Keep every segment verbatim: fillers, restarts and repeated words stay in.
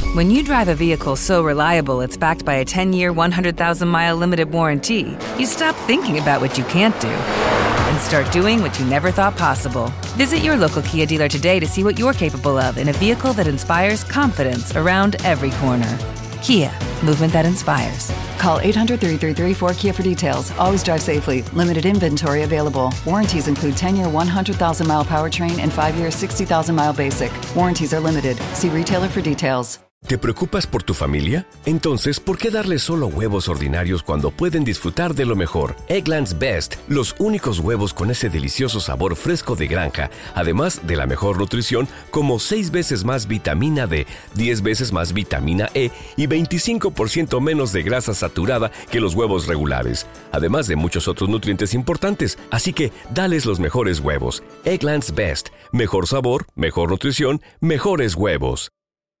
When you drive a vehicle so reliable it's backed by a ten-year, one hundred thousand mile limited warranty, you stop thinking about what you can't do and start doing what you never thought possible. Visit your local Kia dealer today to see what you're capable of in a vehicle that inspires confidence around every corner. Kia, movement that inspires. Call eight hundred, three three three, four K I A for details. Always drive safely. Limited inventory available. Warranties include ten-year, one hundred thousand mile powertrain and five-year, sixty thousand mile basic. Warranties are limited. See retailer for details. ¿Te preocupas por tu familia? Entonces, ¿por qué darles solo huevos ordinarios cuando pueden disfrutar de lo mejor? Eggland's Best, los únicos huevos con ese delicioso sabor fresco de granja, además de la mejor nutrición, como seis veces más vitamina D, diez veces más vitamina E y veinticinco por ciento menos de grasa saturada que los huevos regulares, además de muchos otros nutrientes importantes. Así que, dales los mejores huevos. Eggland's Best, mejor sabor, mejor nutrición, mejores huevos.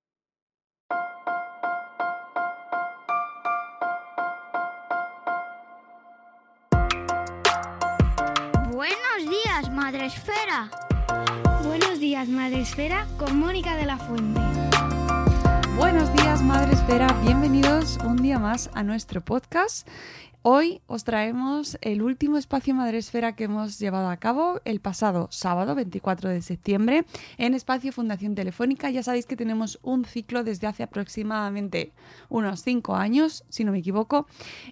Madresfera. Buenos días, Madresfera, con Mónica de la Fuente. Buenos días, Madresfera. Bienvenidos un día más a nuestro podcast. Hoy os traemos el último espacio Madresfera que hemos llevado a cabo el pasado sábado, veinticuatro de septiembre, en Espacio Fundación Telefónica. Ya sabéis que tenemos un ciclo desde hace aproximadamente unos cinco años, si no me equivoco,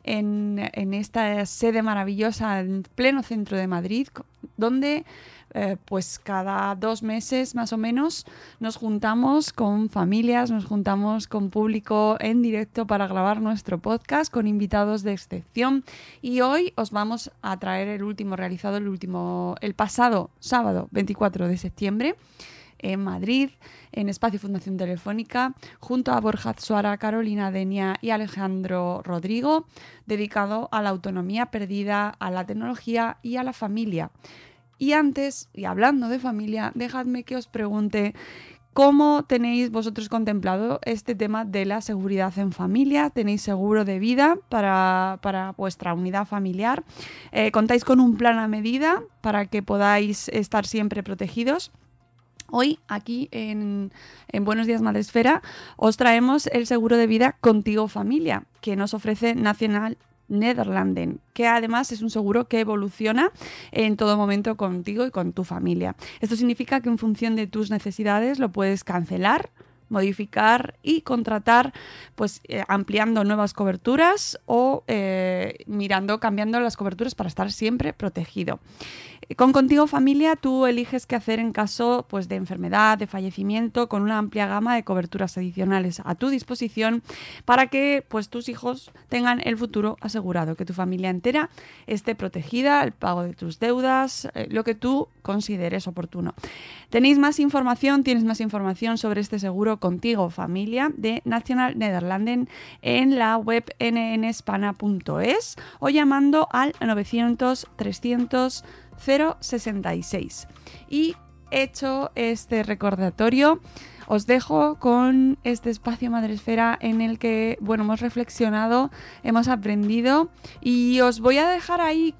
en, en esta sede maravillosa en pleno centro de Madrid, donde eh, pues cada dos meses más o menos nos juntamos con familias, nos juntamos con público en directo para grabar nuestro podcast con invitados de excepción. Y hoy os vamos a traer el último realizado el último el pasado sábado veinticuatro de septiembre en Madrid, en Espacio Fundación Telefónica, junto a Borja Suara, Carolina Denia y Alejandro Rodrigo, dedicado a la autonomía perdida, a la tecnología y a la familia. Y antes, y hablando de familia, dejadme que os pregunte cómo tenéis vosotros contemplado este tema de la seguridad en familia. ¿Tenéis seguro de vida para, para vuestra unidad familiar? Eh, ¿Contáis con un plan a medida para que podáis estar siempre protegidos? Hoy, aquí en, en Buenos Días Madresfera, os traemos el seguro de vida Contigo Familia, que nos ofrece Nacional Nederlanden, que además es un seguro que evoluciona en todo momento contigo y con tu familia. Esto significa que en función de tus necesidades lo puedes cancelar, modificar y contratar, pues eh, ampliando nuevas coberturas o eh, mirando, cambiando las coberturas para estar siempre protegido. Con Contigo Familia tú eliges qué hacer en caso pues, de enfermedad, de fallecimiento, con una amplia gama de coberturas adicionales a tu disposición para que pues, tus hijos tengan el futuro asegurado, que tu familia entera esté protegida, el pago de tus deudas, eh, lo que tú consideres oportuno. Tenéis más información, tienes más información sobre este seguro Contigo Familia de Nacional Nederlanden en la web ene ene hispana punto es o llamando al novecientos, trescientos, cero sesenta y seis. Y hecho este recordatorio, os dejo con este espacio Madresfera en el que, bueno, hemos reflexionado, hemos aprendido y os voy a dejar ahí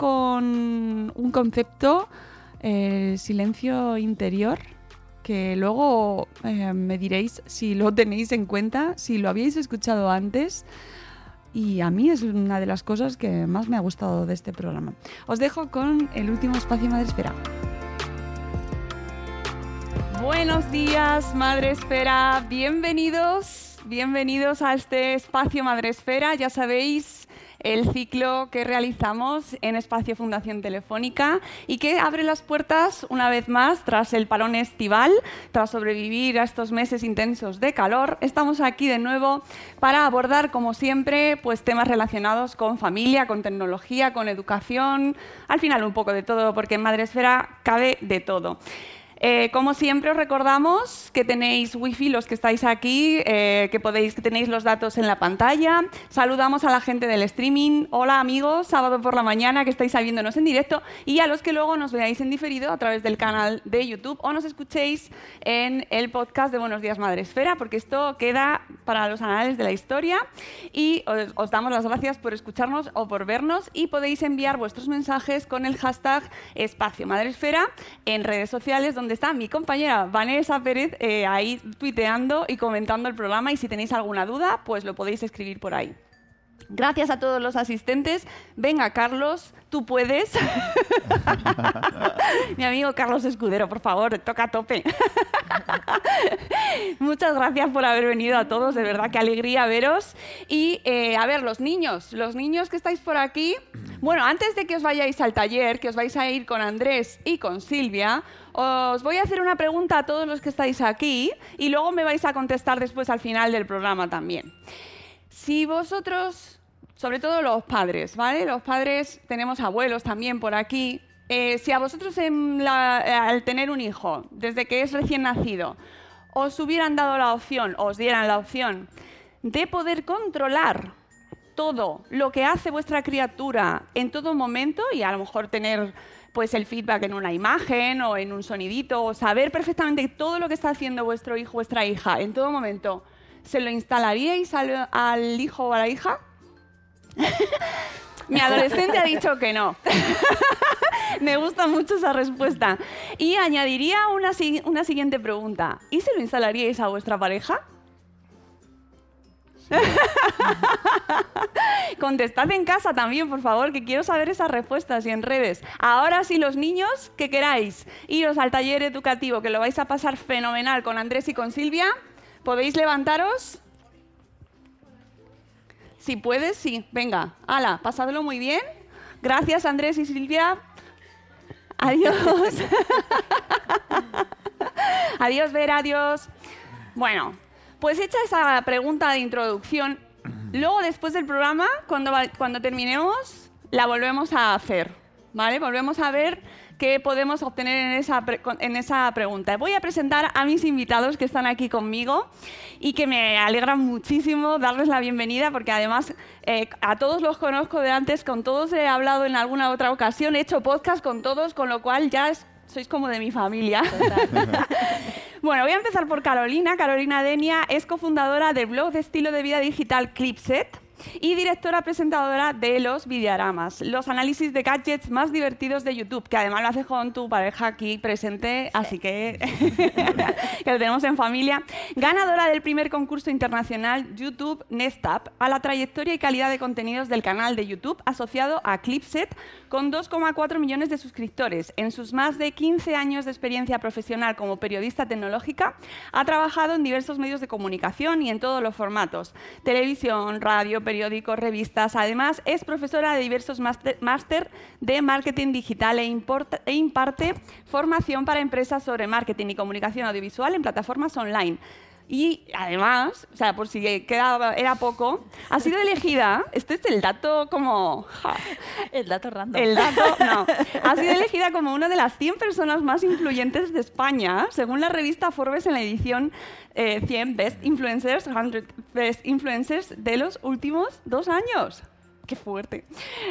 con un concepto, el eh, silencio interior, que luego eh, me diréis si lo tenéis en cuenta, si lo habíais escuchado antes. Y a mí es una de las cosas que más me ha gustado de este programa. Os dejo con el último espacio Madresfera. Buenos días, Madresfera. Bienvenidos, bienvenidos a este espacio Madresfera. Ya sabéis, el ciclo que realizamos en Espacio Fundación Telefónica y que abre las puertas una vez más tras el parón estival, tras sobrevivir a estos meses intensos de calor. Estamos aquí de nuevo para abordar, como siempre, pues temas relacionados con familia, con tecnología, con educación, al final un poco de todo, porque en Madresfera cabe de todo. Eh, como siempre os recordamos que tenéis wifi los que estáis aquí, eh, que podéis que tenéis los datos en la pantalla. Saludamos a la gente del streaming. Hola amigos, sábado por la mañana que estáis viéndonos en directo y a los que luego nos veáis en diferido a través del canal de YouTube o nos escuchéis en el podcast de Buenos Días Madresfera, porque esto queda para los anales de la historia y os, os damos las gracias por escucharnos o por vernos y podéis enviar vuestros mensajes con el hashtag Espacio Madresfera en redes sociales donde donde está mi compañera Vanessa Pérez eh, ahí tuiteando y comentando el programa, y si tenéis alguna duda, pues lo podéis escribir por ahí. Gracias a todos los asistentes. Venga, Carlos, tú puedes. Mi amigo Carlos Escudero, por favor, toca a tope. Muchas gracias por haber venido a todos, de verdad, qué alegría veros. Y, eh, a ver, los niños, los niños que estáis por aquí. Bueno, antes de que os vayáis al taller, que os vais a ir con Andrés y con Silvia, os voy a hacer una pregunta a todos los que estáis aquí y luego me vais a contestar después al final del programa también. Si vosotros... Sobre todo los padres, ¿vale? Los padres, tenemos abuelos también por aquí. Eh, si a vosotros en la, al tener un hijo, desde que es recién nacido, os hubieran dado la opción, os dieran la opción de poder controlar todo lo que hace vuestra criatura en todo momento y a lo mejor tener pues, el feedback en una imagen o en un sonidito, o saber perfectamente todo lo que está haciendo vuestro hijo o vuestra hija en todo momento, ¿se lo instalaríais al, al hijo o a la hija? Mi adolescente ha dicho que no. Me gusta mucho esa respuesta. Y añadiría una, una siguiente pregunta. ¿Y se lo instalaríais a vuestra pareja? Contestad en casa también, por favor, que quiero saber esas respuestas y en redes. Ahora sí, los niños que queráis iros al taller educativo, que lo vais a pasar fenomenal con Andrés y con Silvia, ¿podéis levantaros? Si puedes, sí. Venga, hala, pasadlo muy bien. Gracias, Andrés y Silvia. Adiós. Adiós, Vera, adiós. Bueno, pues hecha esa pregunta de introducción, luego después del programa, cuando, cuando terminemos, la volvemos a hacer, ¿vale? Volvemos a ver qué podemos obtener en esa, en esa pregunta. Voy a presentar a mis invitados que están aquí conmigo y que me alegra muchísimo darles la bienvenida, porque además eh, a todos los conozco de antes, con todos he hablado en alguna otra ocasión, he hecho podcast con todos, con lo cual ya es, sois como de mi familia. Bueno, voy a empezar por Carolina. Carolina Denia es cofundadora del blog de estilo de vida digital Clipset y directora presentadora de los Videoramas, los análisis de gadgets más divertidos de YouTube, que además lo hace con tu pareja aquí presente, así que, que lo tenemos en familia. Ganadora del primer concurso internacional YouTube Next Up, a la trayectoria y calidad de contenidos del canal de YouTube asociado a Clipset, con dos coma cuatro millones de suscriptores. En sus más de quince años de experiencia profesional como periodista tecnológica, ha trabajado en diversos medios de comunicación y en todos los formatos: televisión, radio, periódicos, revistas. Además, es profesora de diversos máster de marketing digital e, import, e imparte formación para empresas sobre marketing y comunicación audiovisual en plataformas online. Y además, o sea, por si quedaba, era poco, ha sido elegida, este es el dato como... Ja, el dato random. El dato, no. Ha sido elegida como una de las cien personas más influyentes de España, según la revista Forbes en la edición eh, cien Best Influencers, cien Best Influencers de los últimos dos años. ¡Qué fuerte!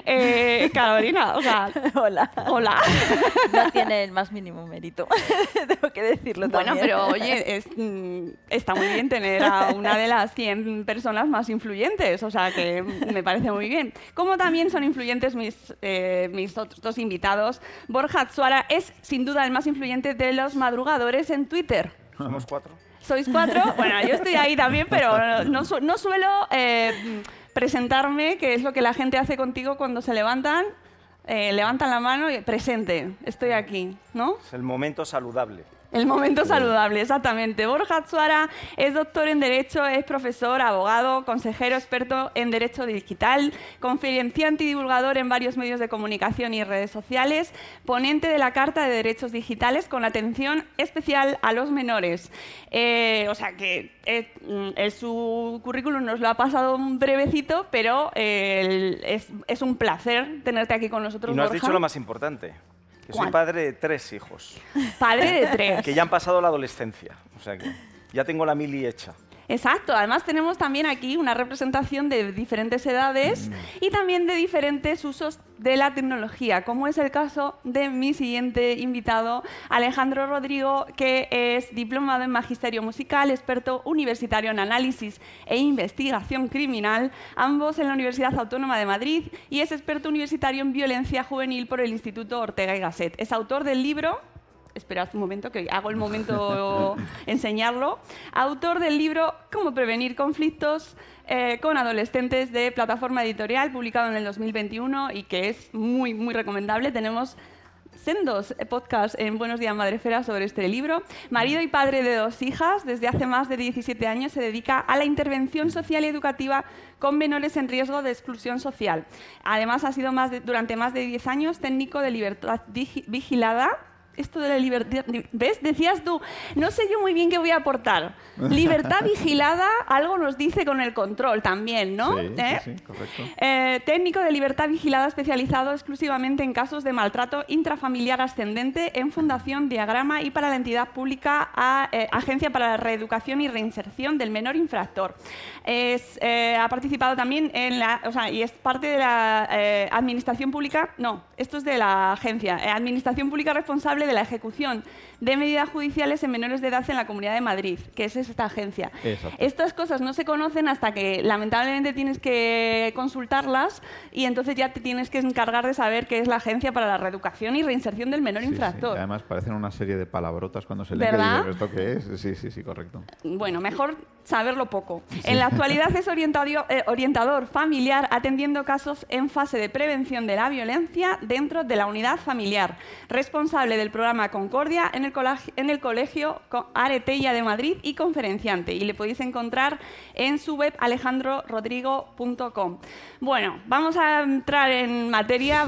Eh, Carolina, o sea... Hola. Hola. No tiene el más mínimo mérito, tengo que decirlo bueno, también. Bueno, pero oye, es, mm, está muy bien tener a una de las cien personas más influyentes, o sea que me parece muy bien. Como también son influyentes mis, eh, mis otros dos invitados. Borja Atsuara es sin duda el más influyente de los madrugadores en Twitter. Somos cuatro. ¿Sois cuatro? Bueno, yo estoy ahí también, pero no, su no suelo... Eh, presentarme, que es lo que la gente hace contigo cuando se levantan, eh, levantan la mano y presente, estoy aquí, ¿no? Es el momento saludable. El momento saludable, exactamente. Borja Atsuara es doctor en Derecho, es profesor, abogado, consejero, experto en Derecho Digital, conferenciante y divulgador en varios medios de comunicación y redes sociales, ponente de la Carta de Derechos Digitales con atención especial a los menores. Eh, o sea que eh, el, su currículum nos lo ha pasado un brevecito, pero eh, es, es un placer tenerte aquí con nosotros, Y no has Borja. dicho lo más importante. Yo soy padre de tres hijos. Padre de tres. Que ya han pasado la adolescencia. O sea que ya tengo la mili hecha. Exacto. Además tenemos también aquí una representación de diferentes edades y también de diferentes usos de la tecnología, como es el caso de mi siguiente invitado, Alejandro Rodrigo, que es diplomado en Magisterio Musical, experto universitario en Análisis e Investigación Criminal, ambos en la Universidad Autónoma de Madrid, y es experto universitario en Violencia Juvenil por el Instituto Ortega y Gasset. Es autor del libro... esperad un momento, que hago el momento enseñarlo. Autor del libro Cómo prevenir conflictos eh, con adolescentes, de Plataforma Editorial, publicado en el dos mil veintiuno y que es muy, muy recomendable. Tenemos sendos podcasts en Buenos Días Madresfera sobre este libro. Marido y padre de dos hijas, desde hace más de diecisiete años se dedica a la intervención social y educativa con menores en riesgo de exclusión social. Además, ha sido más de, durante más de diez años técnico de libertad vigilada. Esto de la libertad, ¿ves? Decías tú, no sé yo muy bien qué voy a aportar. Libertad vigilada, algo nos dice con el control también, ¿no? Sí, ¿Eh? sí, sí, correcto. Eh, técnico de libertad vigilada especializado exclusivamente en casos de maltrato intrafamiliar ascendente en Fundación Diagrama y para la entidad pública a, eh, Agencia para la Reeducación y Reinserción del Menor Infractor. Es, eh, ha participado también en la, o sea, y es parte de la eh, Administración Pública, no, esto es de la Agencia, eh, Administración Pública responsable de la ejecución de medidas judiciales en menores de edad en la Comunidad de Madrid, que es esta agencia. Exacto. Estas cosas no se conocen hasta que lamentablemente tienes que consultarlas y entonces ya te tienes que encargar de saber qué es la Agencia para la Reeducación y Reinserción del Menor Sí, Infractor. sí. Además parecen una serie de palabrotas cuando se leen. ¿Verdad? Que dices, ¿esto qué es? Sí, sí, sí, correcto. Bueno, mejor saberlo poco. Sí. En la actualidad es orientado, eh, orientador familiar atendiendo casos en fase de prevención de la violencia dentro de la unidad familiar. Responsable del programa Concordia en el, en el Colegio Aretella de Madrid y conferenciante. Y le podéis encontrar en su web alejandro rodrigo punto com. Bueno, vamos a entrar en materia.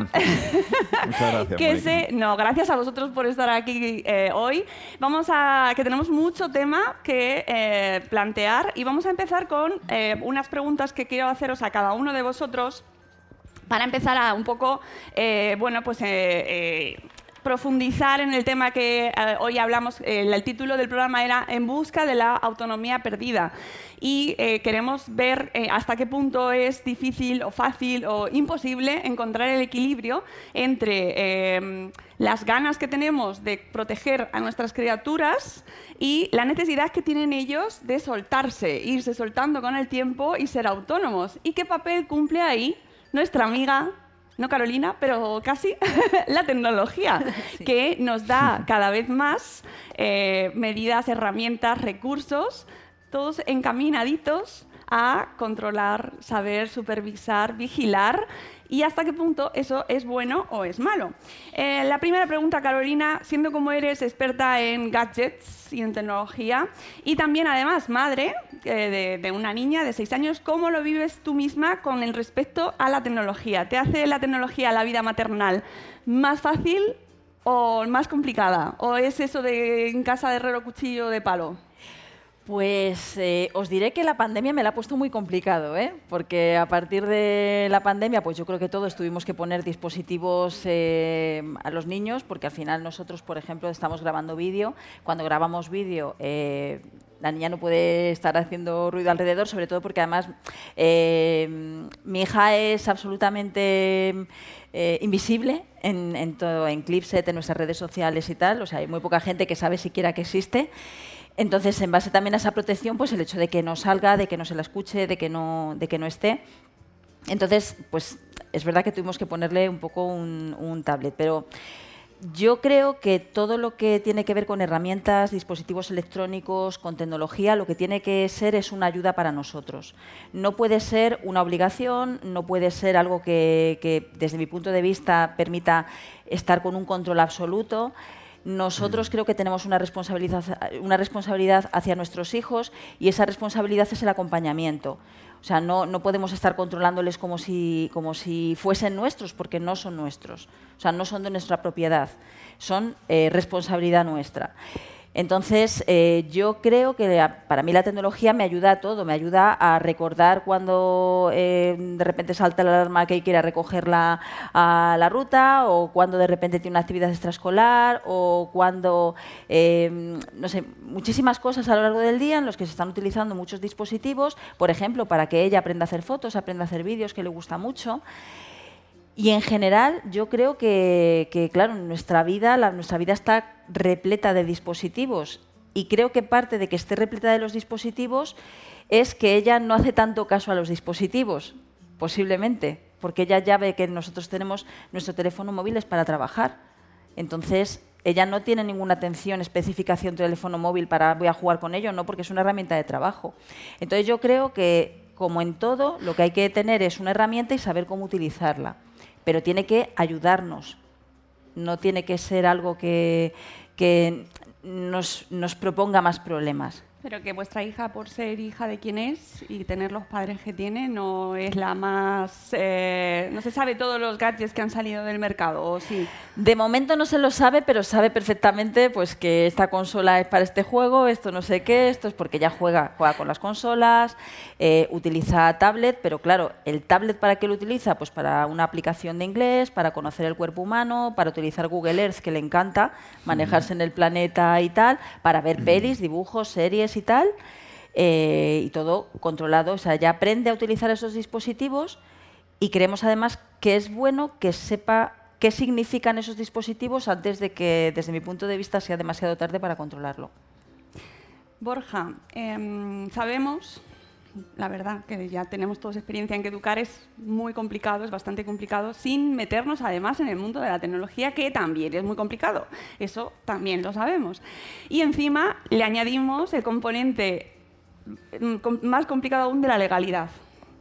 Muchas gracias, que sé, no, gracias a vosotros por estar aquí eh, hoy. Vamos a que tenemos mucho tema que eh, plantear y vamos a empezar con eh, unas preguntas que quiero haceros a cada uno de vosotros para empezar a un poco, eh, bueno, pues eh, eh, profundizar en el tema que eh, hoy hablamos. Eh, el título del programa era En busca de la autonomía perdida. Y eh, queremos ver eh, hasta qué punto es difícil o fácil o imposible encontrar el equilibrio entre eh, las ganas que tenemos de proteger a nuestras criaturas y la necesidad que tienen ellos de soltarse, irse soltando con el tiempo y ser autónomos. ¿Y qué papel cumple ahí nuestra amiga, no Carolina, pero casi, la tecnología, sí, que nos da cada vez más eh, medidas, herramientas, recursos, todos encaminaditos a controlar, saber, supervisar, vigilar y hasta qué punto eso es bueno o es malo. Eh, la primera pregunta, Carolina, siendo como eres experta en gadgets y en tecnología y también además madre eh, de, de una niña de seis años, ¿cómo lo vives tú misma con el respecto a la tecnología? ¿Te hace la tecnología la vida maternal más fácil o más complicada? ¿O es eso de en casa de herrero cuchillo de palo? Pues eh, os diré que la pandemia me la ha puesto muy complicado, ¿eh? Porque a partir de la pandemia, pues yo creo que todos tuvimos que poner dispositivos eh, a los niños, porque al final nosotros, por ejemplo, estamos grabando vídeo. Cuando grabamos vídeo, eh, la niña no puede estar haciendo ruido alrededor, sobre todo porque además eh, mi hija es absolutamente eh, invisible en, en, todo, en Clipset, en nuestras redes sociales y tal. O sea, hay muy poca gente que sabe siquiera que existe. Entonces, en base también a esa protección, pues el hecho de que no salga, de que no se la escuche, de que no, de que no esté. Entonces, pues es verdad que tuvimos que ponerle un poco un, un tablet, pero yo creo que todo lo que tiene que ver con herramientas, dispositivos electrónicos, con tecnología, lo que tiene que ser es una ayuda para nosotros. No puede ser una obligación, no puede ser algo que, que desde mi punto de vista, permita estar con un control absoluto. Nosotros creo que tenemos una responsabilidad, una responsabilidad hacia nuestros hijos y esa responsabilidad es el acompañamiento. O sea, no, no podemos estar controlándoles como si, como si fuesen nuestros, porque no son nuestros. O sea, no son de nuestra propiedad, son eh, responsabilidad nuestra. Entonces, eh, yo creo que para mí la tecnología me ayuda a todo, me ayuda a recordar cuando eh, de repente salta la alarma que hay que ir a recogerla a la ruta, o cuando de repente tiene una actividad extraescolar, o cuando, eh, no sé, muchísimas cosas a lo largo del día en los que se están utilizando muchos dispositivos, por ejemplo, para que ella aprenda a hacer fotos, aprenda a hacer vídeos, que le gusta mucho. Y en general yo creo que, que claro, nuestra vida, la, nuestra vida está repleta de dispositivos y creo que parte de que esté repleta de los dispositivos es que ella no hace tanto caso a los dispositivos, posiblemente, porque ella ya ve que nosotros tenemos nuestro teléfono móvil es para trabajar. Entonces, ella no tiene ninguna atención específica hacia un teléfono móvil para voy a jugar con ello, no, porque es una herramienta de trabajo. Entonces yo creo que, como en todo, lo que hay que tener es una herramienta y saber cómo utilizarla, pero tiene que ayudarnos, no tiene que ser algo que, que nos, nos proponga más problemas. Pero que vuestra hija, por ser hija de quien es y tener los padres que tiene, no es la más... Eh, no se sabe todos los gadgets que han salido del mercado, ¿o sí? De momento no se lo sabe, pero sabe perfectamente pues, que esta consola es para este juego, esto no sé qué, esto es porque ella juega, juega con las consolas, eh, utiliza tablet, pero claro, ¿el tablet para qué lo utiliza? Pues para una aplicación de inglés, para conocer el cuerpo humano, para utilizar Google Earth, que le encanta, manejarse en el planeta y tal, para ver pelis, dibujos, series y tal, eh, y todo controlado. O sea, ya aprende a utilizar esos dispositivos y creemos además que es bueno que sepa qué significan esos dispositivos antes de que, desde mi punto de vista, sea demasiado tarde para controlarlo. Borja, eh, sabemos, la verdad, que ya tenemos todos experiencia en que educar es muy complicado, es bastante complicado, sin meternos además en el mundo de la tecnología, que también es muy complicado. Eso también lo sabemos. Y encima le añadimos el componente más complicado aún de la legalidad.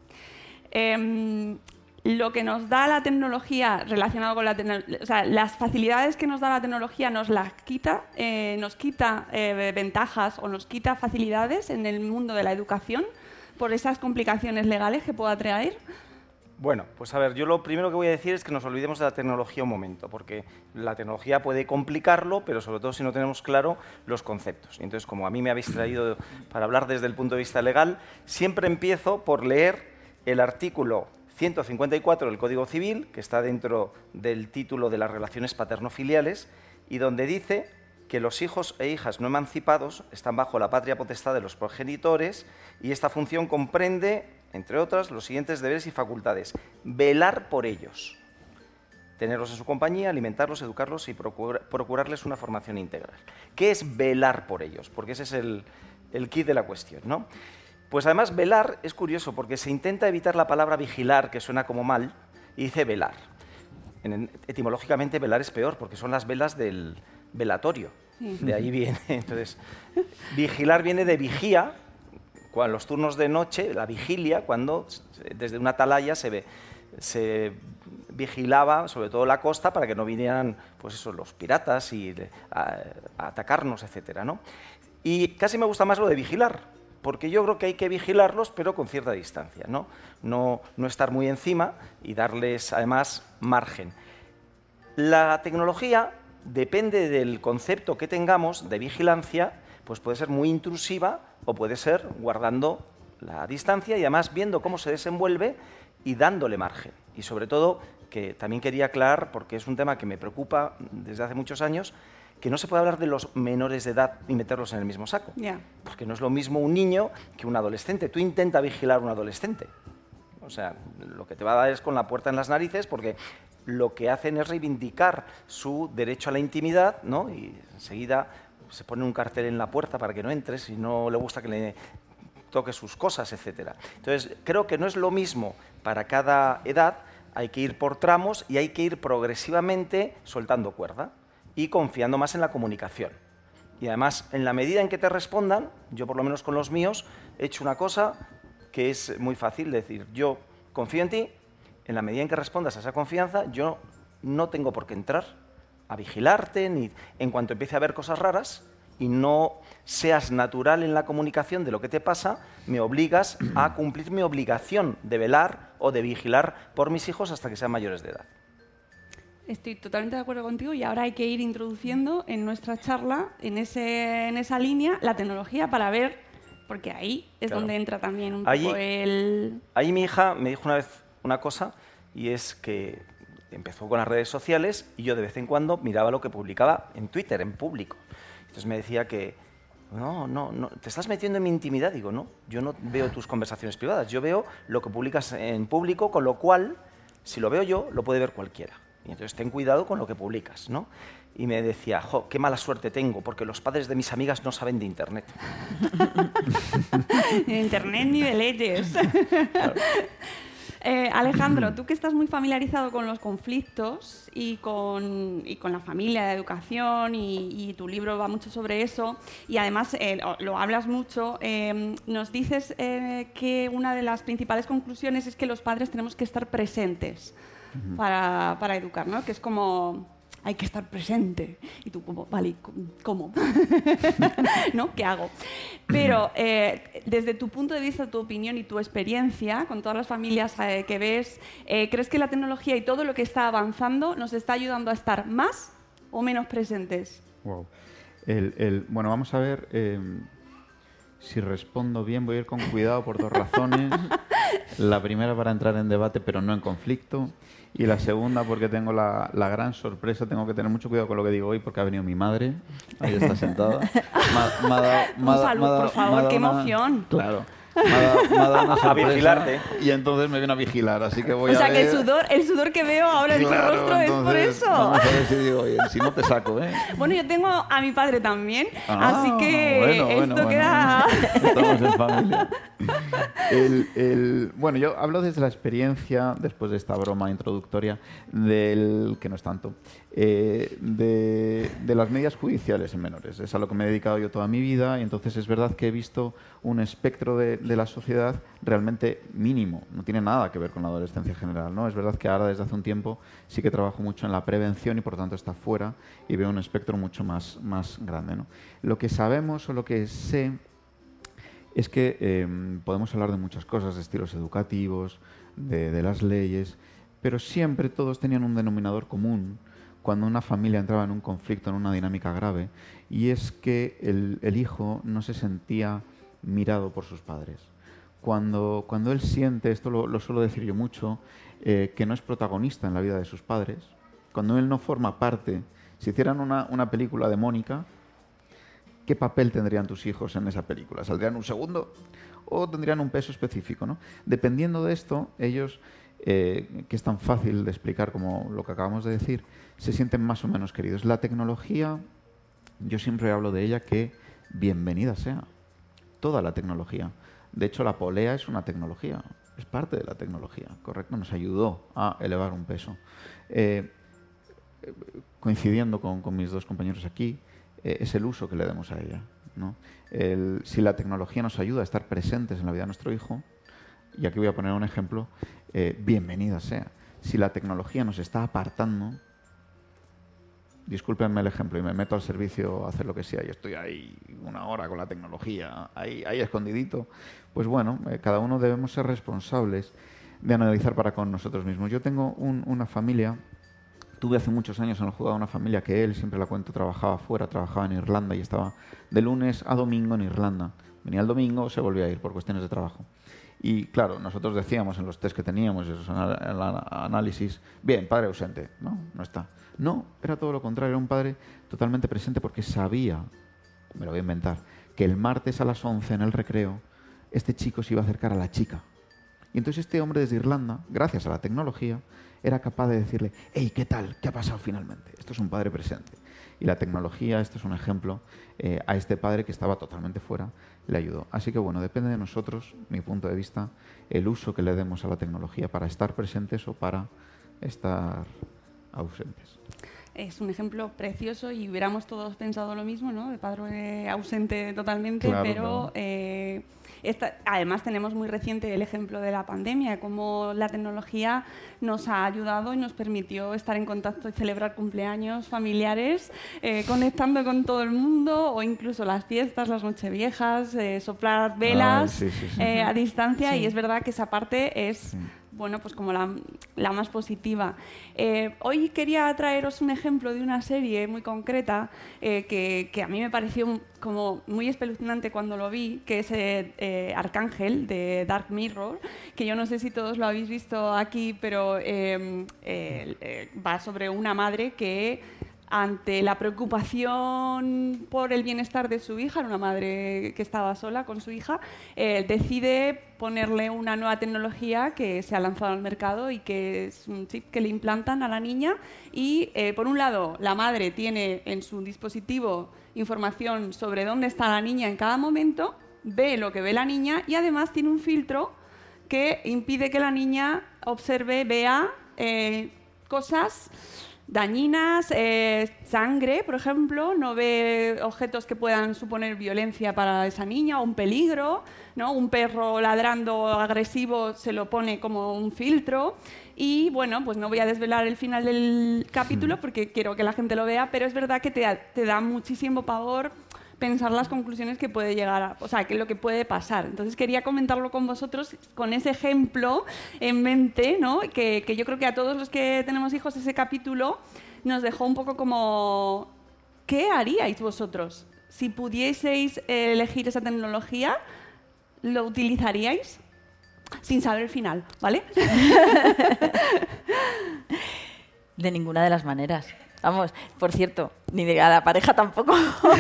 Eh, lo que nos da la tecnología relacionado con la tecnología, o sea, las facilidades que nos da la tecnología nos las quita, eh, nos quita eh, ventajas o nos quita facilidades en el mundo de la educación por esas complicaciones legales que pueda traer. Bueno, pues a ver, yo lo primero que voy a decir es que nos olvidemos de la tecnología un momento, porque la tecnología puede complicarlo, pero sobre todo si no tenemos claro los conceptos. Y entonces, como a mí me habéis traído para hablar desde el punto de vista legal, siempre empiezo por leer el artículo ciento cincuenta y cuatro del Código Civil, que está dentro del título de las relaciones paterno-filiales, y donde dice que los hijos e hijas no emancipados están bajo la patria potestad de los progenitores y esta función comprende, entre otras, los siguientes deberes y facultades. Velar por ellos, tenerlos en su compañía, alimentarlos, educarlos y procura, procurarles una formación integral. ¿Qué es velar por ellos? Porque ese es el, el kit de la cuestión, ¿no? Pues además velar es curioso porque se intenta evitar la palabra vigilar, que suena como mal, y dice velar. En, etimológicamente velar es peor porque son las velas del velatorio. Sí. De ahí viene. Entonces, vigilar viene de vigía, cuando los turnos de noche, la vigilia, cuando desde una atalaya se, ve, se vigilaba sobre todo la costa para que no vinieran pues eso, los piratas y a, a atacarnos, etcétera, ¿no? Y casi me gusta más lo de vigilar, porque yo creo que hay que vigilarlos, pero con cierta distancia, ¿no? No, no estar muy encima y darles, además, margen. La tecnología, depende del concepto que tengamos de vigilancia, pues puede ser muy intrusiva o puede ser guardando la distancia y además viendo cómo se desenvuelve y dándole margen. Y sobre todo, que también quería aclarar, porque es un tema que me preocupa desde hace muchos años, que no se puede hablar de los menores de edad y meterlos en el mismo saco. Yeah. Porque no es lo mismo un niño que un adolescente. Tú intenta vigilar a un adolescente. O sea, lo que te va a dar es con la puerta en las narices porque lo que hacen es reivindicar su derecho a la intimidad, ¿no? Y enseguida se pone un cartel en la puerta para que no entres y no le gusta que le toque sus cosas, etcétera. Entonces, creo que no es lo mismo para cada edad, hay que ir por tramos y hay que ir progresivamente soltando cuerda y confiando más en la comunicación. Y además, en la medida en que te respondan, yo por lo menos con los míos, he hecho una cosa que es muy fácil, decir, yo confío en ti, en la medida en que respondas a esa confianza, yo no tengo por qué entrar a vigilarte, ni en cuanto empiece a ver cosas raras y no seas natural en la comunicación de lo que te pasa, me obligas a cumplir mi obligación de velar o de vigilar por mis hijos hasta que sean mayores de edad. Estoy totalmente de acuerdo contigo y ahora hay que ir introduciendo en nuestra charla, en, ese, en esa línea, la tecnología para ver, porque ahí es claro. donde entra también un ahí, poco el... Ahí mi hija me dijo una vez una cosa y es que empezó con las redes sociales y yo de vez en cuando miraba lo que publicaba en Twitter, en público. Entonces me decía que, no, no, no, te estás metiendo en mi intimidad. Digo, no, yo no veo tus conversaciones privadas, yo veo lo que publicas en público, con lo cual, si lo veo yo, lo puede ver cualquiera. Y entonces ten cuidado con lo que publicas, ¿no? Y me decía, jo, qué mala suerte tengo, porque los padres de mis amigas no saben de Internet. Ni de Internet ni de leyes. Claro. Eh, Alejandro, tú que estás muy familiarizado con los conflictos y con, y con la familia, la educación, y, y tu libro va mucho sobre eso, y además eh, lo hablas mucho, eh, nos dices eh, que una de las principales conclusiones es que los padres tenemos que estar presentes uh-huh. para, para educar, ¿no? Que es como... hay que estar presente. Y tú, como, vale, ¿cómo? ¿No? ¿Qué hago? Pero eh, desde tu punto de vista, tu opinión y tu experiencia, con todas las familias eh, que ves, eh, ¿crees que la tecnología y todo lo que está avanzando nos está ayudando a estar más o menos presentes? Wow. El, el, bueno, vamos a ver eh, si respondo bien. Voy a ir con cuidado por dos razones. La primera para entrar en debate, pero no en conflicto. Y la segunda porque tengo la, la gran sorpresa, tengo que tener mucho cuidado con lo que digo hoy porque ha venido mi madre, ahí está sentada. Me, me ha dado, me Un saludo, por favor, qué emoción. Claro. Me ha dado, me ha dado una sorpresa, a vigilarte. Y entonces me viene a vigilar, así que voy o a O sea, ver... que el sudor, el sudor que veo ahora en claro, tu rostro entonces, es por eso. Vamos a ver si digo, oye, si no te saco, ¿eh? Bueno, yo tengo a mi padre también, ah, así que bueno, esto bueno, queda... Bueno. Estamos en familia. El, el, bueno, yo hablo desde la experiencia, después de esta broma introductoria, del que no es tanto, eh, de, de las medidas judiciales en menores. Es a lo que me he dedicado yo toda mi vida y entonces es verdad que he visto un espectro de, de la sociedad realmente mínimo. No tiene nada que ver con la adolescencia general, ¿no? Es verdad que ahora desde hace un tiempo sí que trabajo mucho en la prevención y por tanto está fuera y veo un espectro mucho más, más grande, ¿no? Lo que sabemos o lo que sé es que eh, podemos hablar de muchas cosas, de estilos educativos, de, de las leyes, pero siempre todos tenían un denominador común cuando una familia entraba en un conflicto, en una dinámica grave, y es que el, el hijo no se sentía mirado por sus padres. Cuando, cuando él siente, esto lo, lo suelo decir yo mucho, eh, que no es protagonista en la vida de sus padres, cuando él no forma parte, si hicieran una, una película de Mónica, ¿qué papel tendrían tus hijos en esa película? ¿Saldrían un segundo o tendrían un peso específico, ¿no? Dependiendo de esto, ellos, eh, que es tan fácil de explicar como lo que acabamos de decir, se sienten más o menos queridos. La tecnología, yo siempre hablo de ella que bienvenida sea. Toda la tecnología. De hecho, la polea es una tecnología, es parte de la tecnología, ¿correcto? Nos ayudó a elevar un peso. Eh, coincidiendo con, con mis dos compañeros aquí, eh, es el uso que le demos a ella, ¿no? El, si la tecnología nos ayuda a estar presentes en la vida de nuestro hijo, y aquí voy a poner un ejemplo, eh, bienvenida sea. Si la tecnología nos está apartando, discúlpenme el ejemplo y me meto al servicio a hacer lo que sea y estoy ahí una hora con la tecnología, ahí, ahí escondidito, pues bueno, eh, cada uno debemos ser responsables de analizar para con nosotros mismos. Yo tengo un, una familia, tuve hace muchos años en el juzgado una familia que él, siempre la cuento, trabajaba fuera, trabajaba en Irlanda y estaba de lunes a domingo en Irlanda. Venía el domingo, se volvía a ir por cuestiones de trabajo. Y claro, nosotros decíamos en los test que teníamos, esos el análisis, bien, padre ausente, no, no está. No, era todo lo contrario, era un padre totalmente presente porque sabía, me lo voy a inventar, que el martes a las once en el recreo, este chico se iba a acercar a la chica. Y entonces este hombre desde Irlanda, gracias a la tecnología, era capaz de decirle, hey, ¿qué tal? ¿Qué ha pasado finalmente? Esto es un padre presente. Y la tecnología, esto es un ejemplo, eh, a este padre que estaba totalmente fuera, le ayudó. Así que bueno, depende de nosotros, mi punto de vista, el uso que le demos a la tecnología para estar presentes o para estar ausentes. Es un ejemplo precioso y hubiéramos todos pensado lo mismo, ¿no? De padre ausente totalmente, claro, pero claro. Eh, esta, además tenemos muy reciente el ejemplo de la pandemia, cómo la tecnología nos ha ayudado y nos permitió estar en contacto y celebrar cumpleaños familiares, eh, conectando con todo el mundo, o incluso las fiestas, las nocheviejas, eh, soplar velas Ay, sí, sí, sí. Eh, a distancia, Sí. y es verdad que esa parte es... Sí. Bueno, pues como la, la más positiva. Eh, hoy quería traeros un ejemplo de una serie muy concreta eh, que, que a mí me pareció como muy espeluznante cuando lo vi, que es eh, eh, Arcángel, de Dark Mirror, que yo no sé si todos lo habéis visto aquí, pero eh, eh, eh, va sobre una madre que, ante la preocupación por el bienestar de su hija, era una madre que estaba sola con su hija, eh, decide ponerle una nueva tecnología que se ha lanzado al mercado y que es un chip que le implantan a la niña y, eh, por un lado, la madre tiene en su dispositivo información sobre dónde está la niña en cada momento, ve lo que ve la niña y además tiene un filtro que impide que la niña observe, vea eh, cosas dañinas, eh, sangre, por ejemplo, no ve objetos que puedan suponer violencia para esa niña o un peligro, ¿no? Un perro ladrando agresivo se lo pone como un filtro. Y bueno, pues no voy a desvelar el final del capítulo porque quiero que la gente lo vea, pero es verdad que te, te da muchísimo pavor pensar las conclusiones que puede llegar a, o sea, que lo que puede pasar. Entonces quería comentarlo con vosotros con ese ejemplo en mente, ¿no? Que, que yo creo que a todos los que tenemos hijos ese capítulo nos dejó un poco como ¿qué haríais vosotros? Si pudieseis elegir esa tecnología, ¿lo utilizaríais? Sin saber el final, ¿vale? De ninguna de las maneras. Vamos, por cierto, ni de a la pareja tampoco.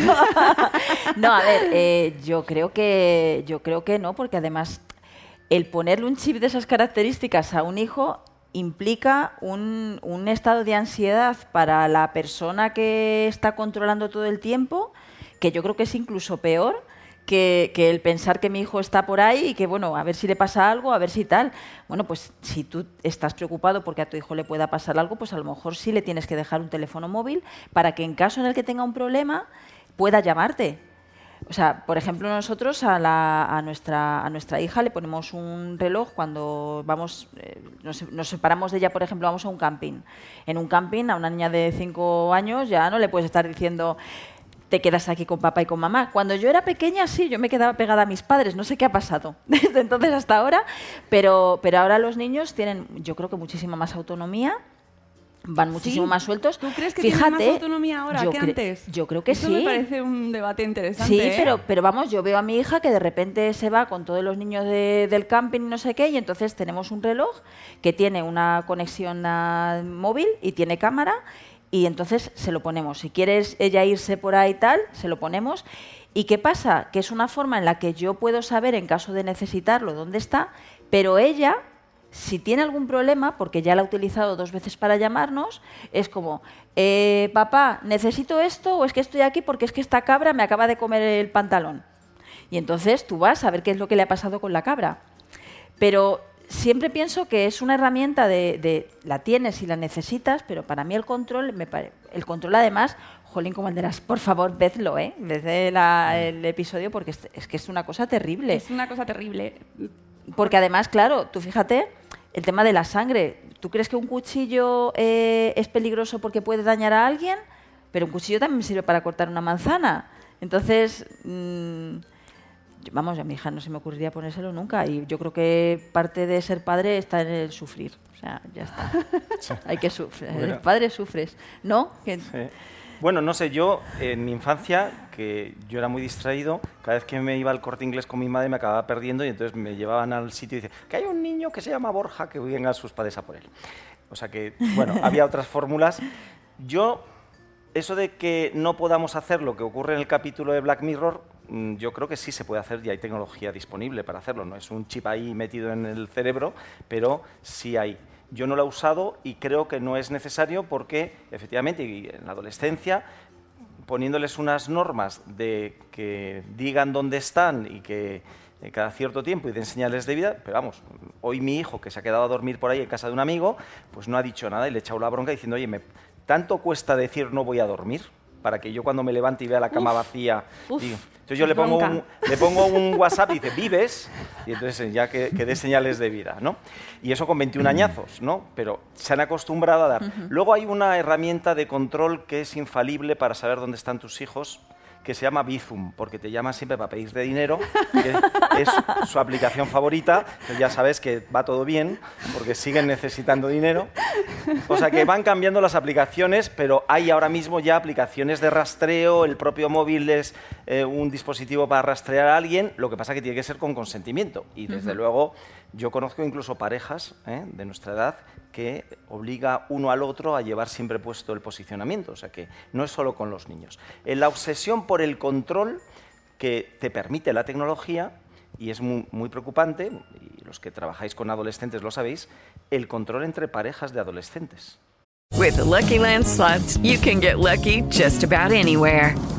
No, a ver, eh, yo creo que yo creo que no, porque además el ponerle un chip de esas características a un hijo implica un, un estado de ansiedad para la persona que está controlando todo el tiempo, que yo creo que es incluso peor Que, que el pensar que mi hijo está por ahí y que, bueno, a ver si le pasa algo, a ver si tal. Bueno, pues si tú estás preocupado porque a tu hijo le pueda pasar algo, pues a lo mejor sí le tienes que dejar un teléfono móvil para que en caso en el que tenga un problema pueda llamarte. O sea, por ejemplo, nosotros a, la, a, nuestra, a nuestra hija le ponemos un reloj cuando vamos, eh, nos, nos separamos de ella, por ejemplo, vamos a un camping. En un camping a una niña de cinco años ya no le puedes estar diciendo te quedas aquí con papá y con mamá. Cuando yo era pequeña, sí, yo me quedaba pegada a mis padres. No sé qué ha pasado desde entonces hasta ahora, pero, pero ahora los niños tienen, yo creo que muchísima más autonomía, van muchísimo ¿Sí? más sueltos. ¿Tú crees que Fíjate, tienen más autonomía ahora que antes? Yo creo que Eso sí. me parece un debate interesante. Sí, ¿eh? pero, pero vamos, yo veo a mi hija que de repente se va con todos los niños de, del camping y no sé qué, y entonces tenemos un reloj que tiene una conexión a móvil y tiene cámara, y entonces se lo ponemos. Si quieres ella irse por ahí y tal, se lo ponemos. ¿Y qué pasa? Que es una forma en la que yo puedo saber, en caso de necesitarlo, dónde está, pero ella, si tiene algún problema, porque ya la ha utilizado dos veces para llamarnos, es como, eh, papá, ¿necesito esto o es que estoy aquí porque es que esta cabra me acaba de comer el pantalón? Y entonces tú vas a ver qué es lo que le ha pasado con la cabra. Pero siempre pienso que es una herramienta de, de la tienes y la necesitas, pero para mí el control, me pare, el control además, jolín, Comanderas, por favor, vedlo, ¿eh? Ved la, el episodio porque es, es que es una cosa terrible. Es una cosa terrible. Porque además, claro, tú fíjate, el tema de la sangre. ¿Tú crees que un cuchillo eh, es peligroso porque puede dañar a alguien? Pero un cuchillo también sirve para cortar una manzana. Entonces, mmm, vamos, a mi hija no se me ocurriría ponérselo nunca. Y yo creo que parte de ser padre está en el sufrir. O sea, ya está. Sí. Hay que sufrir. Bueno. El padre sufres, ¿no? Que... Sí. Bueno, no sé, yo en mi infancia, que yo era muy distraído, cada vez que me iba al Corte Inglés con mi madre me acababa perdiendo y entonces me llevaban al sitio y decían que hay un niño que se llama Borja, que vengan sus padres a por él. O sea que, bueno, había otras fórmulas. Yo, eso de que no podamos hacer lo que ocurre en el capítulo de Black Mirror, yo creo que sí se puede hacer y hay tecnología disponible para hacerlo. No es un chip ahí metido en el cerebro, pero sí hay. Yo no lo he usado y creo que no es necesario porque, efectivamente, en la adolescencia, poniéndoles unas normas de que digan dónde están y que cada cierto tiempo y den señales de vida, pero vamos, hoy mi hijo, que se ha quedado a dormir por ahí en casa de un amigo, pues no ha dicho nada y le he echado la bronca diciendo, oye, me, ¿tanto cuesta decir no voy a dormir? Para que yo cuando me levante y vea la cama uf, vacía... Uf, digo. Entonces yo le pongo, un, le pongo un WhatsApp y dice, ¿vives? Y entonces ya que, que dé señales de vida, ¿no? Y eso con veintiún añazos, ¿no? Pero se han acostumbrado a dar. Uh-huh. Luego hay una herramienta de control que es infalible para saber dónde están tus hijos, que se llama Bizum, porque te llaman siempre para pedirte dinero, que es su aplicación favorita, pues ya sabes que va todo bien, porque siguen necesitando dinero. O sea que van cambiando las aplicaciones, pero hay ahora mismo ya aplicaciones de rastreo, el propio móvil es eh, un dispositivo para rastrear a alguien, lo que pasa que tiene que ser con consentimiento. Y desde uh-huh. luego yo conozco incluso parejas ¿eh? de nuestra edad que obliga uno al otro a llevar siempre puesto el posicionamiento, o sea que no es solo con los niños. En la obsesión por el control que te permite la tecnología, y es muy, muy preocupante, y los que trabajáis con adolescentes lo sabéis, el control entre parejas de adolescentes. With the Lucky Land Slots, you can get lucky just about anywhere.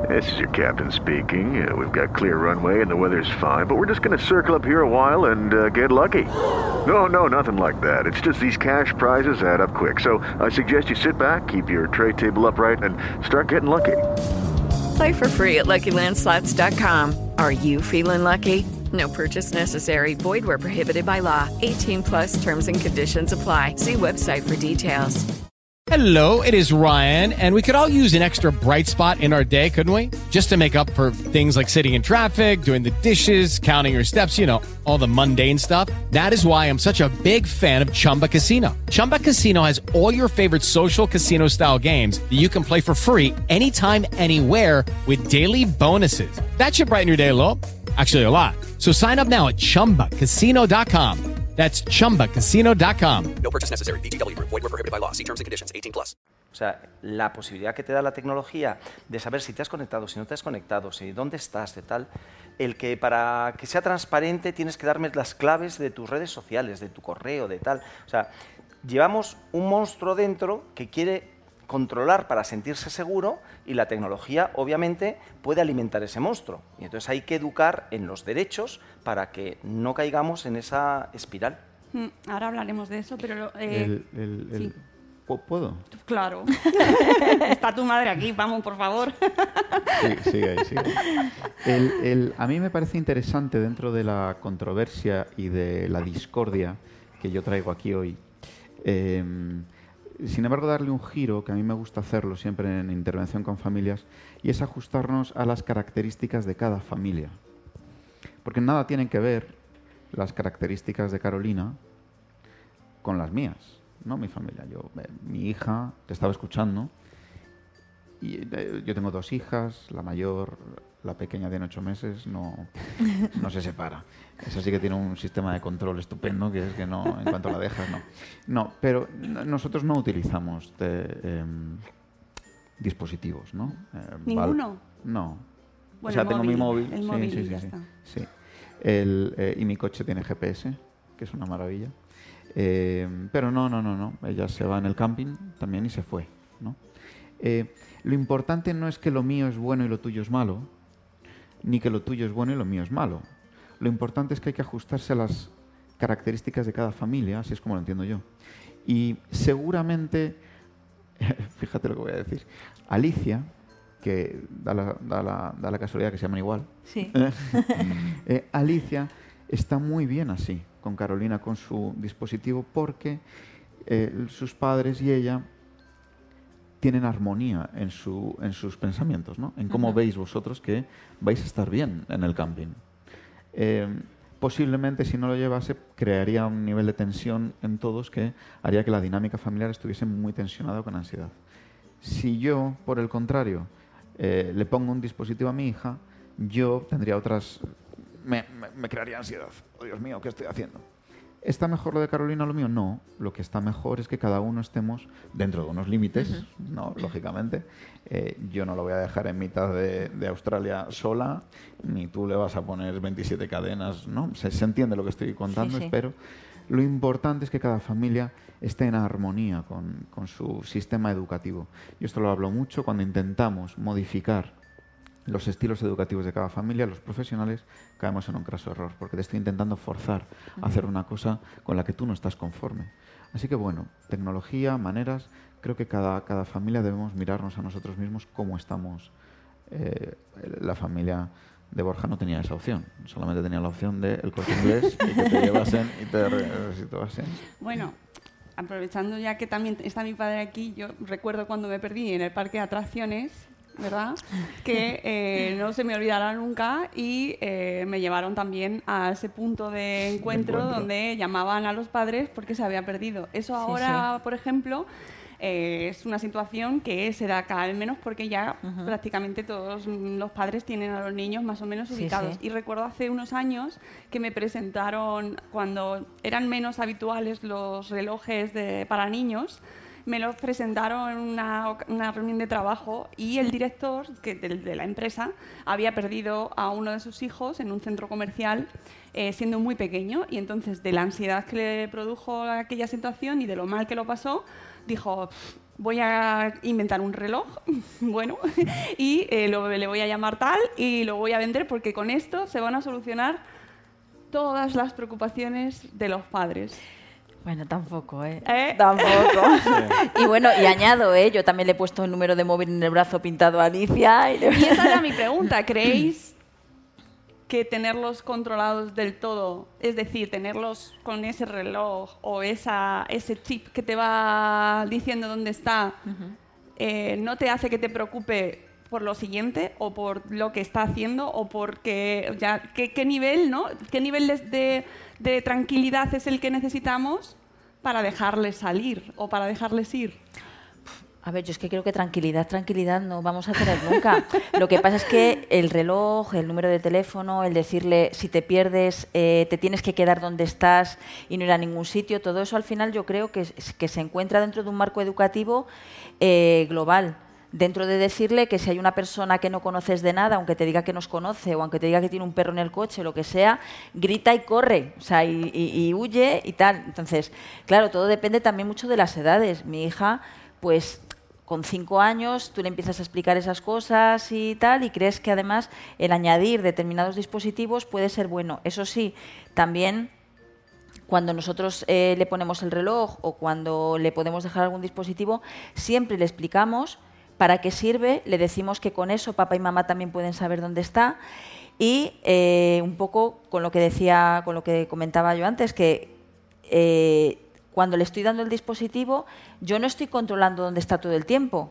This is your captain speaking. Uh, we've got clear runway and the weather's fine, but we're just going to circle up here a while and uh, get lucky. No, no, nothing like that. It's just these cash prizes add up quick. So I suggest you sit back, keep your tray table upright, and start getting lucky. Play for free at Lucky Land Slots dot com. Are you feeling lucky? No purchase necessary. Void where prohibited by law. eighteen plus terms and conditions apply. See website for details. Hello, it is Ryan, and we could all use an extra bright spot in our day, couldn't we? Just to make up for things like sitting in traffic, doing the dishes, counting your steps, you know, all the mundane stuff. That is why I'm such a big fan of Chumba Casino. Chumba Casino has all your favorite social casino-style games that you can play for free anytime, anywhere with daily bonuses. That should brighten your day a little. Actually, a lot. So sign up now at chumba casino dot com. That's chumba casino dot com. No purchase necessary. V G W Group. Void where prohibited by law. See terms and conditions. eighteen plus. O sea, la posibilidad que te da la tecnología de saber si te has conectado, si no te has conectado, si dónde estás, de tal, el que para que sea transparente tienes que darme las claves de tus redes sociales, de tu correo, de tal. O sea, llevamos un monstruo dentro que quiere controlar para sentirse seguro y la tecnología, obviamente, puede alimentar ese monstruo. Y entonces hay que educar en los derechos para que no caigamos en esa espiral. Mm, ahora hablaremos de eso, pero... Eh, el, el, el, sí. ¿Puedo? Claro. Está tu madre aquí, vamos, por favor. Sí, sigue ahí, sigue ahí. El, el, a mí me parece interesante dentro de la controversia y de la discordia que yo traigo aquí hoy. Eh, Sin embargo, darle un giro, que a mí me gusta hacerlo siempre en intervención con familias, y es ajustarnos a las características de cada familia. Porque nada tienen que ver las características de Carolina con las mías, ¿no? Mi familia. Yo, eh, mi hija, te estaba escuchando, y eh, yo tengo dos hijas, la mayor, la pequeña tiene ocho meses, no, no se separa. Esa sí que tiene un sistema de control estupendo, que es que no, en cuanto la dejas, no. No, pero nosotros no utilizamos de, eh, dispositivos, ¿no? Eh, ¿Ninguno? No. Bueno, o sea, tengo móvil, mi móvil. El sí, móvil sí, y sí, ya sí, está. sí. El, eh, y mi coche tiene G P S, que es una maravilla. Eh, pero no, no, no, no. Ella se va en el camping también y se fue, ¿no? Eh, lo importante no es que lo mío es bueno y lo tuyo es malo, ni que lo tuyo es bueno y lo mío es malo. Lo importante es que hay que ajustarse a las características de cada familia, así es como lo entiendo yo. Y seguramente, fíjate lo que voy a decir, Alicia, que da la, da la, da la casualidad que se llaman igual, sí. eh, Alicia está muy bien así, con Carolina, con su dispositivo, porque eh, sus padres y ella tienen armonía en, su, en sus pensamientos, ¿no? En cómo uh-huh. veis vosotros que vais a estar bien en el camping. Eh, posiblemente, si no lo llevase, crearía un nivel de tensión en todos que haría que la dinámica familiar estuviese muy tensionada con ansiedad. Si yo, por el contrario, eh, le pongo un dispositivo a mi hija, yo tendría otras... Me, me, me crearía ansiedad. Oh, Dios mío, ¿qué estoy haciendo? ¿Está mejor lo de Carolina o lo mío? No. Lo que está mejor es que cada uno estemos dentro de unos límites, uh-huh. ¿no? Lógicamente. Eh, yo no lo voy a dejar en mitad de, de Australia sola, ni tú le vas a poner veintisiete cadenas, ¿no? Se, se entiende lo que estoy contando, sí, sí. Espero. Lo importante es que cada familia esté en armonía con, con su sistema educativo. Y esto lo hablo mucho cuando intentamos modificar los estilos educativos de cada familia, los profesionales, caemos en un craso error, porque te estoy intentando forzar a hacer una cosa con la que tú no estás conforme. Así que bueno, tecnología, maneras, creo que cada, cada familia debemos mirarnos a nosotros mismos cómo estamos. Eh, la familia de Borja no tenía esa opción, solamente tenía la opción del Corte Inglés y que te llevasen y te resituasen. Bueno, aprovechando ya que también está mi padre aquí, yo recuerdo cuando me perdí en el parque de atracciones, ¿verdad? Que eh, no se me olvidará nunca y eh, me llevaron también a ese punto de encuentro, encuentro donde llamaban a los padres porque se había perdido. Eso ahora, sí, sí. por ejemplo, eh, es una situación que se da cada vez menos porque ya uh-huh. prácticamente todos los padres tienen a los niños más o menos ubicados. Sí, sí. Y recuerdo hace unos años que me presentaron, cuando eran menos habituales los relojes de, para niños, me los presentaron en una, una reunión de trabajo y el director que de, de la empresa había perdido a uno de sus hijos en un centro comercial eh, siendo muy pequeño, y entonces de la ansiedad que le produjo aquella situación y de lo mal que lo pasó, dijo, voy a inventar un reloj, bueno, y eh, lo, le voy a llamar tal y lo voy a vender porque con esto se van a solucionar todas las preocupaciones de los padres. Bueno, tampoco, ¿eh? ¿Eh? Tampoco. Sí. Y bueno, y añado, ¿eh? Yo también le he puesto el número de móvil en el brazo pintado a Alicia. Y, le... y esa era mi pregunta. ¿Creéis que tenerlos controlados del todo, es decir, tenerlos con ese reloj o esa, ese chip que te va diciendo dónde está, uh-huh. eh, no te hace que te preocupe por lo siguiente o por lo que está haciendo o porque ya qué, qué nivel, ¿no? ¿Qué nivel de, de, de tranquilidad es el que necesitamos para dejarles salir o para dejarles ir? A ver, yo es que creo que tranquilidad, tranquilidad no vamos a tener nunca. Lo que pasa es que el reloj, el número de teléfono, el decirle si te pierdes, eh, te tienes que quedar donde estás y no ir a ningún sitio, todo eso al final yo creo que, que se encuentra dentro de un marco educativo eh, global. Dentro de decirle que si hay una persona que no conoces de nada, aunque te diga que nos conoce o aunque te diga que tiene un perro en el coche, lo que sea, grita y corre, o sea, y, y, y huye y tal. Entonces, claro, todo depende también mucho de las edades. Mi hija, pues con cinco años tú le empiezas a explicar esas cosas y tal, y crees que además el añadir determinados dispositivos puede ser bueno. Eso sí, también cuando nosotros eh, le ponemos el reloj o cuando le podemos dejar algún dispositivo, siempre le explicamos para qué sirve, le decimos que con eso papá y mamá también pueden saber dónde está y eh, un poco con lo que decía, con lo que comentaba yo antes, que eh, cuando le estoy dando el dispositivo, yo no estoy controlando dónde está todo el tiempo.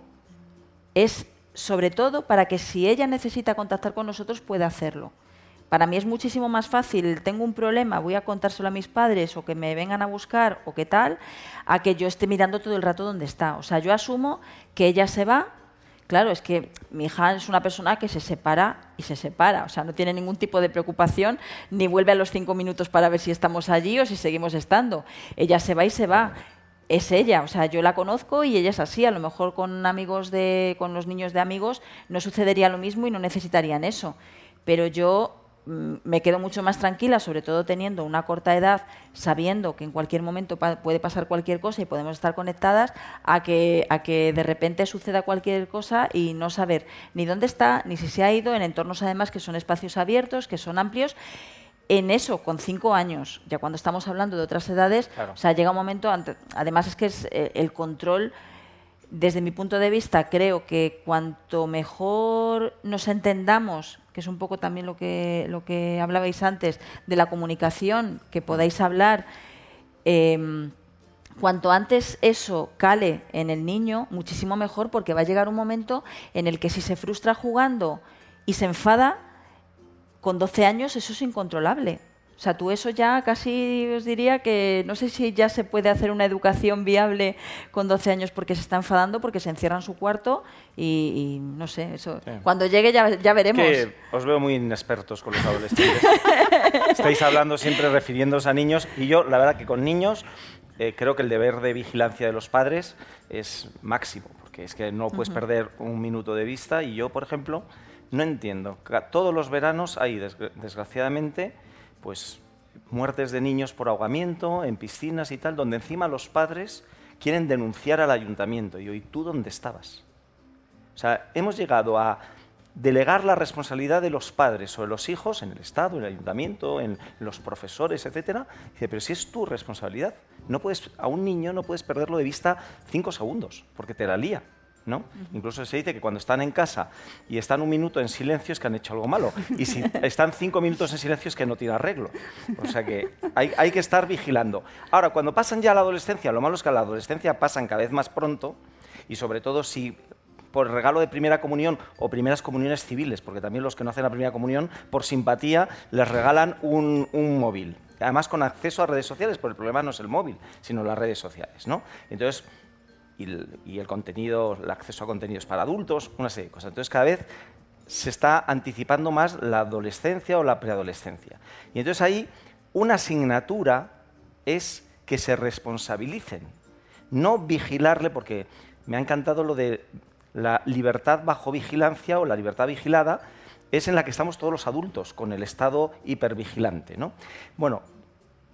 Es sobre todo para que si ella necesita contactar con nosotros pueda hacerlo. Para mí es muchísimo más fácil, tengo un problema, voy a contárselo a mis padres o que me vengan a buscar o qué tal, a que yo esté mirando todo el rato dónde está. O sea, yo asumo que ella se va. Claro, es que mi hija es una persona que se separa y se separa, o sea, no tiene ningún tipo de preocupación, ni vuelve a los cinco minutos para ver si estamos allí o si seguimos estando. Ella se va y se va. Es ella, o sea, yo la conozco y ella es así. A lo mejor con amigos de, con los niños de amigos no sucedería lo mismo y no necesitarían eso. Pero yo me quedo mucho más tranquila, sobre todo teniendo una corta edad, sabiendo que en cualquier momento pa- puede pasar cualquier cosa y podemos estar conectadas, a que, a que de repente suceda cualquier cosa y no saber ni dónde está, ni si se ha ido, en entornos además que son espacios abiertos, que son amplios. En eso, con cinco años, ya cuando estamos hablando de otras edades, claro. O sea, llega un momento, ante, además es que es eh, el control. Desde mi punto de vista, creo que cuanto mejor nos entendamos, que es un poco también lo que, lo que hablabais antes, de la comunicación, que podáis hablar, eh, cuanto antes eso cale en el niño, muchísimo mejor, porque va a llegar un momento en el que si se frustra jugando y se enfada, con doce años eso es incontrolable. O sea, tú eso ya casi os diría que no sé si ya se puede hacer una educación viable con doce años porque se está enfadando, porque se encierra en su cuarto y, y no sé, eso. Sí. Cuando llegue ya, ya veremos. Que os veo muy inexpertos con los adolescentes. Estáis hablando siempre refiriéndose a niños y yo, la verdad que con niños eh, creo que el deber de vigilancia de los padres es máximo, porque es que no puedes uh-huh. perder un minuto de vista y yo, por ejemplo, no entiendo. Todos los veranos hay, desgraciadamente, pues muertes de niños por ahogamiento en piscinas y tal, donde encima los padres quieren denunciar al ayuntamiento. Y hoy, ¿tú dónde estabas? O sea, hemos llegado a delegar la responsabilidad de los padres o de los hijos en el Estado, en el ayuntamiento, en los profesores, etcétera. Dice, pero si es tu responsabilidad, no puedes, a un niño no puedes perderlo de vista cinco segundos, porque te la lía. ¿No? Uh-huh. Incluso se dice que cuando están en casa y están un minuto en silencio es que han hecho algo malo, y si están cinco minutos en silencio es que no tiene arreglo. O sea que hay, hay que estar vigilando. Ahora, cuando pasan ya a la adolescencia, lo malo es que a la adolescencia pasan cada vez más pronto, y sobre todo si por regalo de primera comunión o primeras comuniones civiles, porque también los que no hacen la primera comunión, por simpatía, les regalan un, un móvil, además con acceso a redes sociales, porque el problema no es el móvil, sino las redes sociales, ¿no? Entonces, Y el, y el contenido, el acceso a contenidos para adultos, una serie de cosas. Entonces, cada vez se está anticipando más la adolescencia o la preadolescencia. Y entonces ahí una asignatura es que se responsabilicen, no vigilarle, porque me ha encantado lo de la libertad bajo vigilancia o la libertad vigilada, es en la que estamos todos los adultos, con el estado hipervigilante, ¿no? Bueno,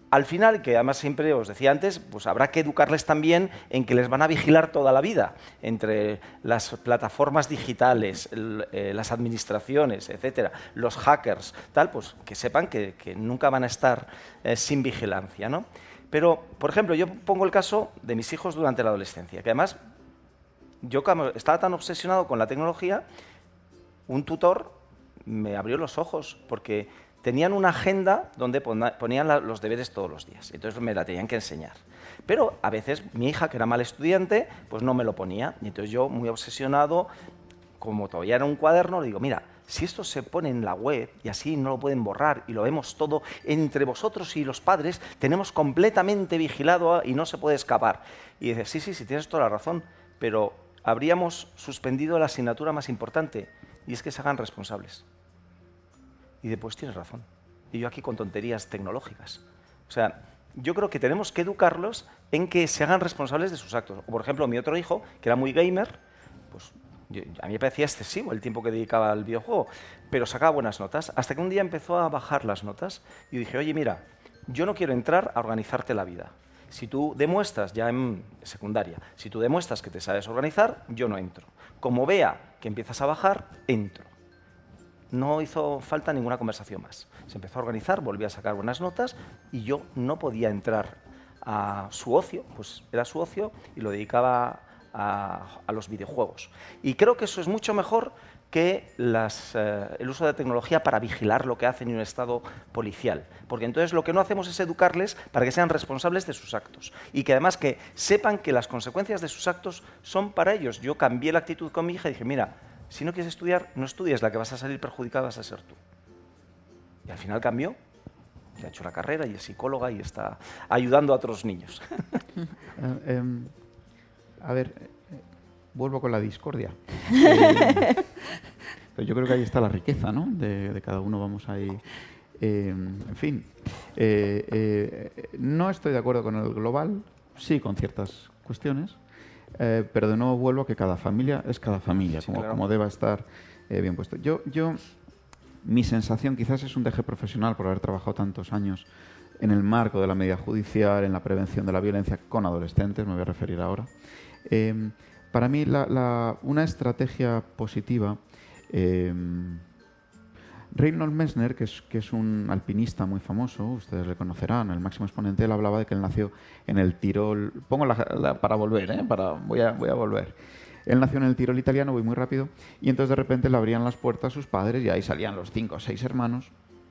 al final, que además siempre os decía antes, pues habrá que educarles también en que les van a vigilar toda la vida, entre las plataformas digitales, el, eh, las administraciones, etcétera, los hackers, tal, pues que sepan que, que nunca van a estar eh, sin vigilancia, ¿no? Pero, por ejemplo, yo pongo el caso de mis hijos durante la adolescencia, que además yo como estaba tan obsesionado con la tecnología, un tutor me abrió los ojos, porque tenían una agenda donde ponían la, los deberes todos los días, entonces me la tenían que enseñar. Pero a veces mi hija, que era mal estudiante, pues no me lo ponía, y entonces yo, muy obsesionado, como todavía era un cuaderno, le digo, mira, si esto se pone en la web y así no lo pueden borrar y lo vemos todo entre vosotros y los padres, tenemos completamente vigilado y no se puede escapar. Y dice, sí, sí, sí, tienes toda la razón, pero habríamos suspendido la asignatura más importante, y es que se hagan responsables. Y después tienes razón. Y yo aquí con tonterías tecnológicas. O sea, yo creo que tenemos que educarlos en que se hagan responsables de sus actos. O, por ejemplo, mi otro hijo, que era muy gamer, pues yo, a mí me parecía excesivo el tiempo que dedicaba al videojuego, pero sacaba buenas notas, hasta que un día empezó a bajar las notas y dije, oye, mira, yo no quiero entrar a organizarte la vida. Si tú demuestras, ya en secundaria, si tú demuestras que te sabes organizar, yo no entro. Como vea que empiezas a bajar, entro. No hizo falta ninguna conversación más. Se empezó a organizar, volvió a sacar buenas notas y yo no podía entrar a su ocio, pues era su ocio y lo dedicaba a, a los videojuegos. Y creo que eso es mucho mejor que las, eh, el uso de tecnología para vigilar lo que hacen en un estado policial. Porque entonces lo que no hacemos es educarles para que sean responsables de sus actos. Y que además que sepan que las consecuencias de sus actos son para ellos. Yo cambié la actitud con mi hija y dije, mira, si no quieres estudiar, no estudies, la que vas a salir perjudicada vas a ser tú. Y al final cambió, ya ha hecho la carrera y es psicóloga y está ayudando a otros niños. uh, um, a ver, eh, vuelvo con la discordia. eh, pero yo creo que ahí está la riqueza, ¿no? De, de cada uno vamos ahí. Eh, en fin, eh, eh, no estoy de acuerdo con el global, sí con ciertas cuestiones. Eh, pero de nuevo vuelvo a que cada familia es cada familia, sí, como, claro. como deba estar eh, bien puesto. Yo, yo, mi sensación quizás es un deje profesional por haber trabajado tantos años en el marco de la medida judicial, en la prevención de la violencia con adolescentes, me voy a referir ahora. Eh, para mí, la, la, una estrategia positiva... Eh, Reinhold Messner, que es, que es un alpinista muy famoso, ustedes le conocerán, el máximo exponente, él hablaba de que él nació en el Tirol... Pongo la, la, para volver, ¿eh? Para, voy, a, voy a volver. Él nació en el Tirol italiano, voy muy rápido, y entonces de repente le abrían las puertas a sus padres y ahí salían los cinco o seis hermanos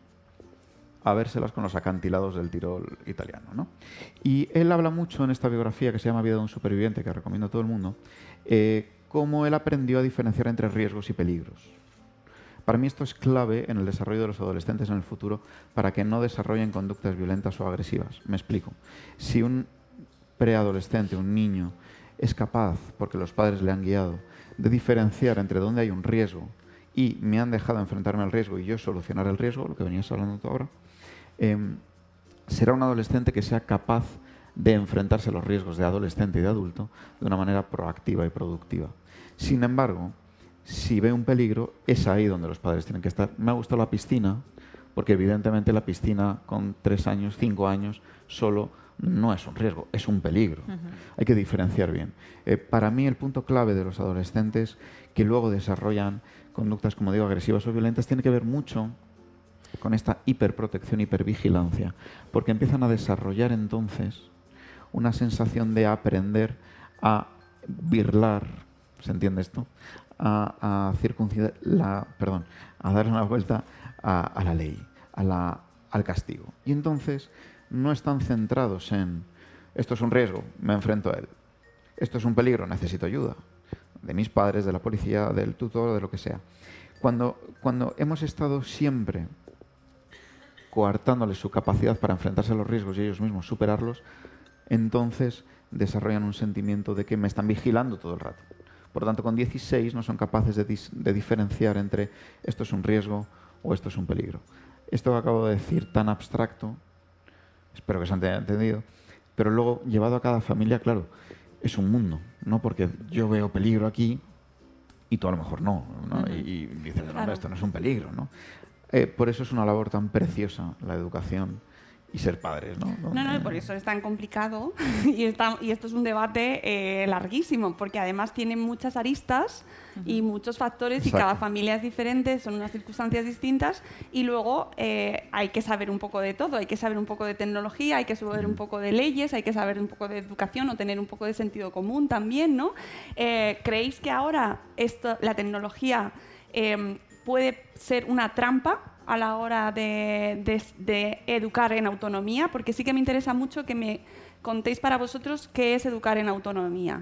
a vérselas con los acantilados del Tirol italiano, ¿no? Y él habla mucho en esta biografía que se llama Vida de un superviviente, que recomiendo a todo el mundo, eh, cómo él aprendió a diferenciar entre riesgos y peligros. Para mí esto es clave en el desarrollo de los adolescentes en el futuro para que no desarrollen conductas violentas o agresivas. Me explico. Si un preadolescente, un niño, es capaz, porque los padres le han guiado, de diferenciar entre dónde hay un riesgo y me han dejado enfrentarme al riesgo y yo solucionar el riesgo, lo que venías hablando tú ahora, eh, será un adolescente que sea capaz de enfrentarse a los riesgos de adolescente y de adulto de una manera proactiva y productiva. Sin embargo, si ve un peligro, es ahí donde los padres tienen que estar. Me ha gustado la piscina, porque evidentemente la piscina con tres años, cinco años, solo no es un riesgo, es un peligro. Uh-huh. Hay que diferenciar bien. Eh, para mí el punto clave de los adolescentes que luego desarrollan conductas, como digo, agresivas o violentas, tiene que ver mucho con esta hiperprotección, hipervigilancia, porque empiezan a desarrollar entonces una sensación de aprender a birlar, ¿se entiende esto?, a, a circuncidar la, perdón, a dar una vuelta a, a la ley, a la, al castigo. Y entonces no están centrados en esto es un riesgo, me enfrento a él. Esto es un peligro, necesito ayuda. De mis padres, de la policía, del tutor, de lo que sea. Cuando, cuando hemos estado siempre coartándoles su capacidad para enfrentarse a los riesgos y ellos mismos superarlos, entonces desarrollan un sentimiento de que me están vigilando todo el rato. Por lo tanto, con dieciséis no son capaces de, dis de diferenciar entre esto es un riesgo o esto es un peligro. Esto que acabo de decir, tan abstracto, espero que se haya entendido, pero luego, llevado a cada familia, claro, es un mundo, ¿no? Porque yo veo peligro aquí y tú a lo mejor no, ¿no? Uh-huh. Y, y dices, no, claro, esto no es un peligro, ¿no? Eh, por eso es una labor tan preciosa la educación y ser padres, ¿no? No, no, por eso es tan complicado y, está, y esto es un debate eh, larguísimo, porque además tiene muchas aristas y muchos factores. Exacto. Y cada familia es diferente, son unas circunstancias distintas y luego eh, hay que saber un poco de todo, hay que saber un poco de tecnología, hay que saber un poco de leyes, hay que saber un poco de educación o tener un poco de sentido común también, ¿no? Eh, ¿Creéis que ahora esto, la tecnología eh, puede ser una trampa a la hora de, de, de educar en autonomía? Porque sí que me interesa mucho que me contéis para vosotros qué es educar en autonomía.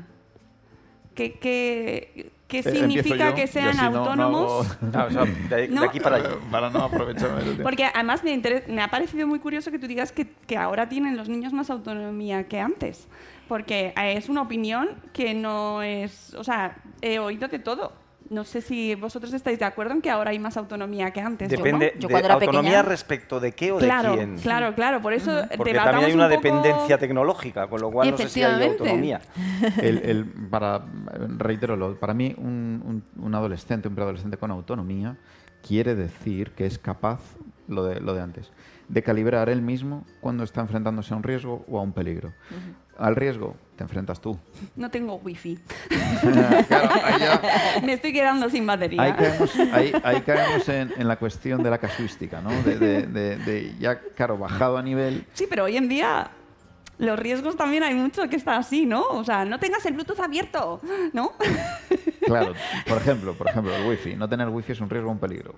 ¿Qué, qué, qué significa yo, que sean autónomos? No, no, hago... no, o sea, de, ¿No? de aquí para allá. Para no aprovecharme del tiempo. Porque además me, interesa, me ha parecido muy curioso que tú digas que, que ahora tienen los niños más autonomía que antes. Porque es una opinión que no es... O sea, he oído de todo. No sé si vosotros estáis de acuerdo en que ahora hay más autonomía que antes. Depende ¿no? de autonomía pequeña... respecto de qué o claro, de quién. Claro, claro, por eso uh-huh. Porque también hay una un poco... dependencia tecnológica, con lo cual no sé si hay autonomía. El, el, para, reitero, para mí un, un, un adolescente, un preadolescente con autonomía quiere decir que es capaz, lo de, lo de antes, de calibrar él mismo cuando está enfrentándose a un riesgo o a un peligro. Uh-huh. Al riesgo te enfrentas tú. No tengo wifi. Claro, ahí ya... Me estoy quedando sin batería. Ahí caemos, ahí, ahí caemos en, en la cuestión de la casuística, ¿no? De, de, de, de ya, claro, bajado a nivel... Sí, pero hoy en día los riesgos también hay mucho que está así, ¿no? O sea, no tengas el Bluetooth abierto, ¿no? Claro, por ejemplo, por ejemplo, el wifi. No tener wifi es un riesgo o un peligro.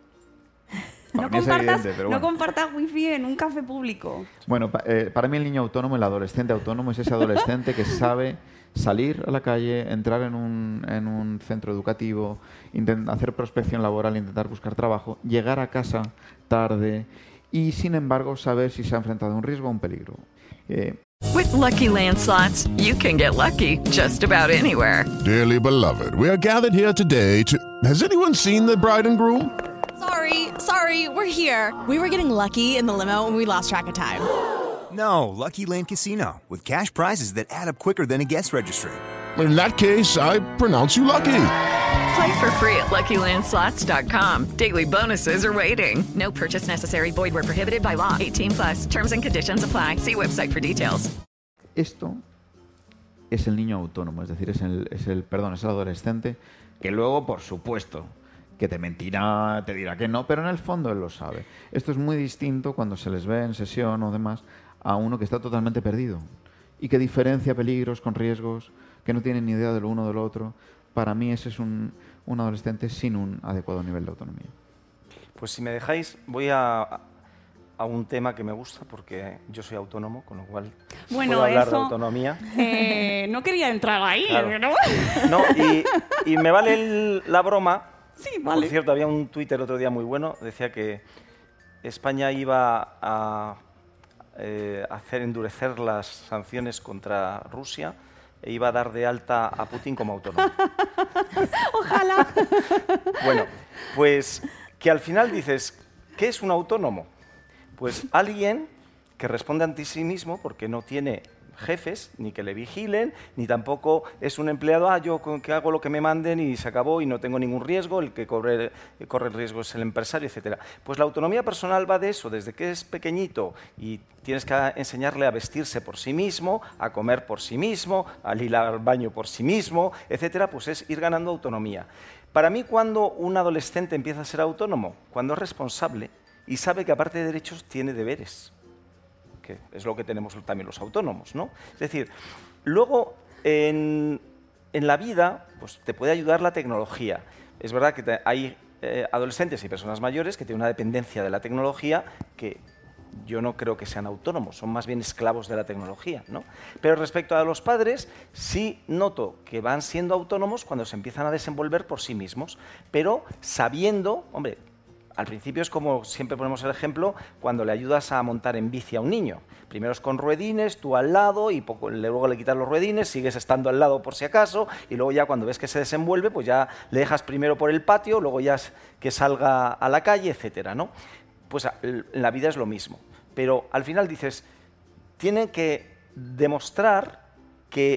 No compartas, evidente, pero bueno. no compartas wifi en un café público. Bueno, pa, eh, para mí el niño autónomo, el adolescente autónomo, es ese adolescente que sabe salir a la calle, entrar en un, en un centro educativo, intent- hacer prospección laboral, intentar buscar trabajo, llegar a casa tarde y, sin embargo, saber si se ha enfrentado a un riesgo o a un peligro. Eh, With Lucky Land Slots, you can get lucky just about anywhere. Dearly beloved, we are gathered here today to... Has anyone seen the bride and groom? Sorry, sorry, we're here. We were getting lucky in the limo and we lost track of time. No, Lucky Land Casino, with cash prizes that add up quicker than a guest registry. In that case, I pronounce you lucky. Play for free at Lucky Land Slots dot com. Daily bonuses are waiting. No purchase necessary. Void where prohibited by law. eighteen plus. Terms and conditions apply. See website for details. Esto es el niño autónomo, es decir, es el, es el, perdón, es el adolescente que luego, por supuesto, que te mentirá, te dirá que no, pero en el fondo él lo sabe. Esto es muy distinto cuando se les ve en sesión o demás a uno que está totalmente perdido y que diferencia peligros con riesgos, que no tiene ni idea de lo uno o de lo otro. Para mí ese es un, un adolescente sin un adecuado nivel de autonomía. Pues si me dejáis, voy a, a un tema que me gusta porque yo soy autónomo, con lo cual bueno, puedo hablar eso, de autonomía. Eh, no quería entrar ahí, claro. ¿no? No, y, y me vale el, la broma. Sí, vale. Por cierto, había un Twitter otro día muy bueno, decía que España iba a eh, hacer endurecer las sanciones contra Rusia e iba a dar de alta a Putin como autónomo. Ojalá. Bueno, pues que al final dices, ¿qué es un autónomo? Pues alguien que responde ante sí mismo porque no tiene jefes, ni que le vigilen, ni tampoco es un empleado, ah, yo que hago lo que me manden y se acabó y no tengo ningún riesgo, el que corre, corre el riesgo es el empresario, etcétera. Pues la autonomía personal va de eso, desde que es pequeñito y tienes que enseñarle a vestirse por sí mismo, a comer por sí mismo, a ir al baño por sí mismo, etcétera, pues es ir ganando autonomía. Para mí, cuando un adolescente empieza a ser autónomo, cuando es responsable y sabe que aparte de derechos tiene deberes, que es lo que tenemos también los autónomos, ¿no? Es decir, luego en, en la vida pues, te puede ayudar la tecnología. Es verdad que te, hay eh, adolescentes y personas mayores que tienen una dependencia de la tecnología que yo no creo que sean autónomos, son más bien esclavos de la tecnología, ¿no? Pero respecto a los padres, sí noto que van siendo autónomos cuando se empiezan a desenvolver por sí mismos, pero sabiendo, hombre, al principio es como siempre ponemos el ejemplo cuando le ayudas a montar en bici a un niño. Primero es con ruedines, tú al lado y poco, luego le quitas los ruedines, sigues estando al lado por si acaso y luego ya cuando ves que se desenvuelve pues ya le dejas primero por el patio, luego ya que salga a la calle, etcétera, ¿no? Pues en la vida es lo mismo. Pero al final dices, tienen que demostrar que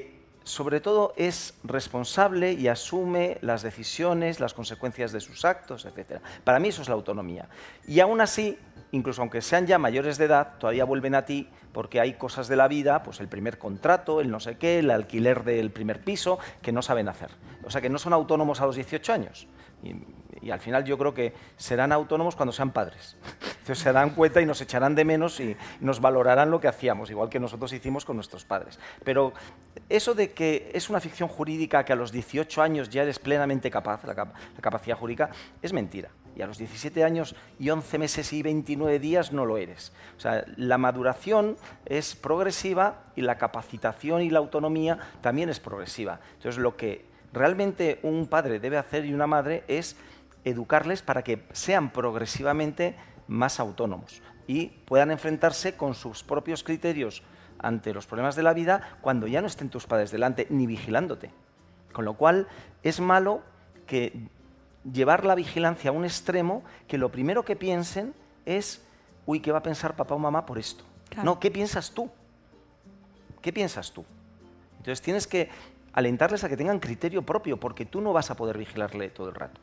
sobre todo es responsable y asume las decisiones, las consecuencias de sus actos, etcétera. Para mí eso es la autonomía. Y aún así, incluso aunque sean ya mayores de edad, todavía vuelven a ti porque hay cosas de la vida, pues el primer contrato, el no sé qué, el alquiler del primer piso, que no saben hacer. O sea, que no son autónomos a los dieciocho años. Y, y al final yo creo que serán autónomos cuando sean padres. Entonces se dan cuenta y nos echarán de menos y nos valorarán lo que hacíamos, igual que nosotros hicimos con nuestros padres. Pero eso de que es una ficción jurídica que a los dieciocho años ya eres plenamente capaz, la, cap la capacidad jurídica, es mentira. Y a los diecisiete años y once meses y veintinueve días no lo eres. O sea, la maduración es progresiva y la capacitación y la autonomía también es progresiva. Entonces, lo que realmente un padre debe hacer y una madre es educarles para que sean progresivamente más autónomos y puedan enfrentarse con sus propios criterios ante los problemas de la vida cuando ya no estén tus padres delante ni vigilándote. Con lo cual, es malo que llevar la vigilancia a un extremo que lo primero que piensen es, uy, ¿qué va a pensar papá o mamá por esto? Claro. No, ¿qué piensas tú? ¿Qué piensas tú? Entonces tienes que alentarles a que tengan criterio propio, porque tú no vas a poder vigilarle todo el rato.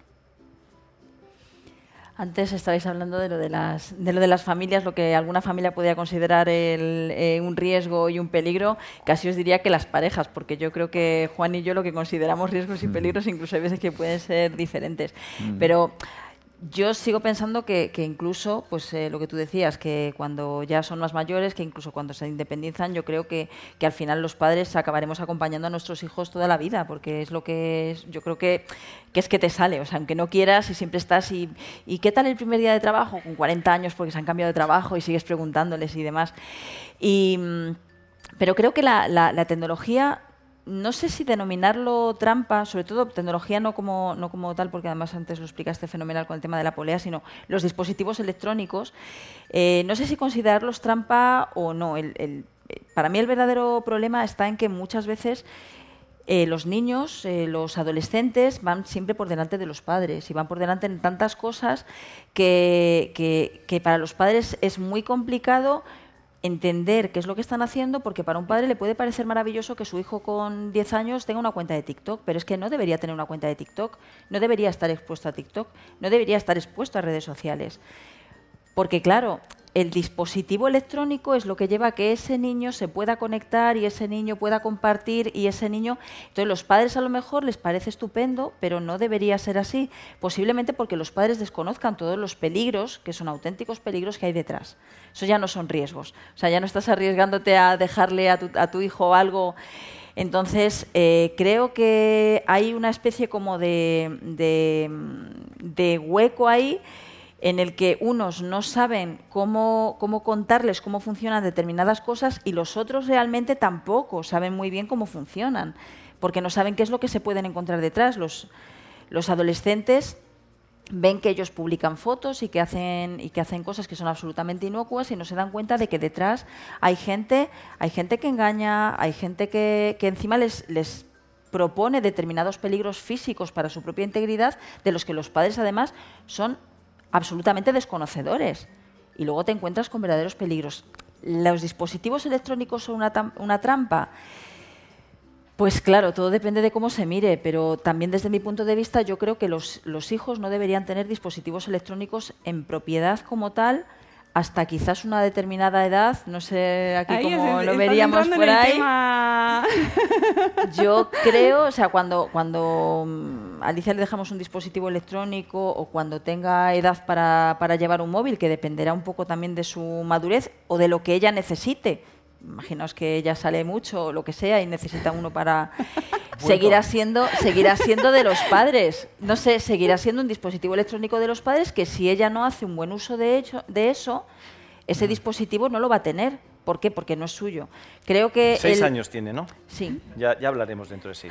Antes estabais hablando de lo de las, de lo de las familias, lo que alguna familia podía considerar el, eh, un riesgo y un peligro. Casi os diría que las parejas, porque yo creo que Juan y yo lo que consideramos riesgos y peligros, incluso hay veces que pueden ser diferentes. Mm. Pero yo sigo pensando que, que incluso, pues eh, lo que tú decías, que cuando ya son más mayores, que incluso cuando se independizan, yo creo que, que al final los padres acabaremos acompañando a nuestros hijos toda la vida, porque es lo que es, yo creo que, que es que te sale, o sea, aunque no quieras y siempre estás y, y ¿qué tal el primer día de trabajo? Con cuarenta años porque se han cambiado de trabajo y sigues preguntándoles y demás. Y, pero creo que la, la, la tecnología, no sé si denominarlo trampa, sobre todo tecnología no como, no como tal, porque además antes lo explicaste fenomenal con el tema de la polea, sino los dispositivos electrónicos, eh, no sé si considerarlos trampa o no. El, el, para mí el verdadero problema está en que muchas veces eh, los niños, eh, los adolescentes van siempre por delante de los padres y van por delante en tantas cosas que, que, que para los padres es muy complicado entender qué es lo que están haciendo, porque para un padre le puede parecer maravilloso que su hijo con diez años tenga una cuenta de TikTok, pero es que no debería tener una cuenta de TikTok, no debería estar expuesto a TikTok, no debería estar expuesto a redes sociales. Porque claro, el dispositivo electrónico es lo que lleva a que ese niño se pueda conectar y ese niño pueda compartir y ese niño... Entonces los padres a lo mejor les parece estupendo, pero no debería ser así, posiblemente porque los padres desconozcan todos los peligros, que son auténticos peligros que hay detrás. Eso ya no son riesgos. O sea, ya no estás arriesgándote a dejarle a tu, a tu hijo algo. Entonces, eh, creo que hay una especie como de, de, de hueco ahí en el que unos no saben cómo, cómo contarles cómo funcionan determinadas cosas y los otros realmente tampoco saben muy bien cómo funcionan, porque no saben qué es lo que se pueden encontrar detrás. Los, los adolescentes ven que ellos publican fotos y que hacen y que hacen cosas que son absolutamente inocuas y no se dan cuenta de que detrás hay gente, hay gente que engaña, hay gente que, que encima les, les propone determinados peligros físicos para su propia integridad, de los que los padres además son absolutamente desconocedores, y luego te encuentras con verdaderos peligros. ¿Los dispositivos electrónicos son una, una trampa? Pues claro, todo depende de cómo se mire, pero también desde mi punto de vista yo creo que los, los hijos no deberían tener dispositivos electrónicos en propiedad como tal hasta quizás una determinada edad, no sé aquí ahí cómo es, lo veríamos por ahí. Tema... Yo creo, o sea, cuando, cuando a Alicia le dejamos un dispositivo electrónico o cuando tenga edad para, para llevar un móvil, que dependerá un poco también de su madurez o de lo que ella necesite. Imaginaos que ella sale mucho o lo que sea y necesita uno para... seguirá siendo, seguirá siendo de los padres. No sé, seguirá siendo un dispositivo electrónico de los padres que si ella no hace un buen uso de, hecho, de eso, ese dispositivo no lo va a tener. ¿Por qué? Porque no es suyo. Creo que seis el... años tiene, ¿no? Sí. Ya, ya hablaremos dentro de seis.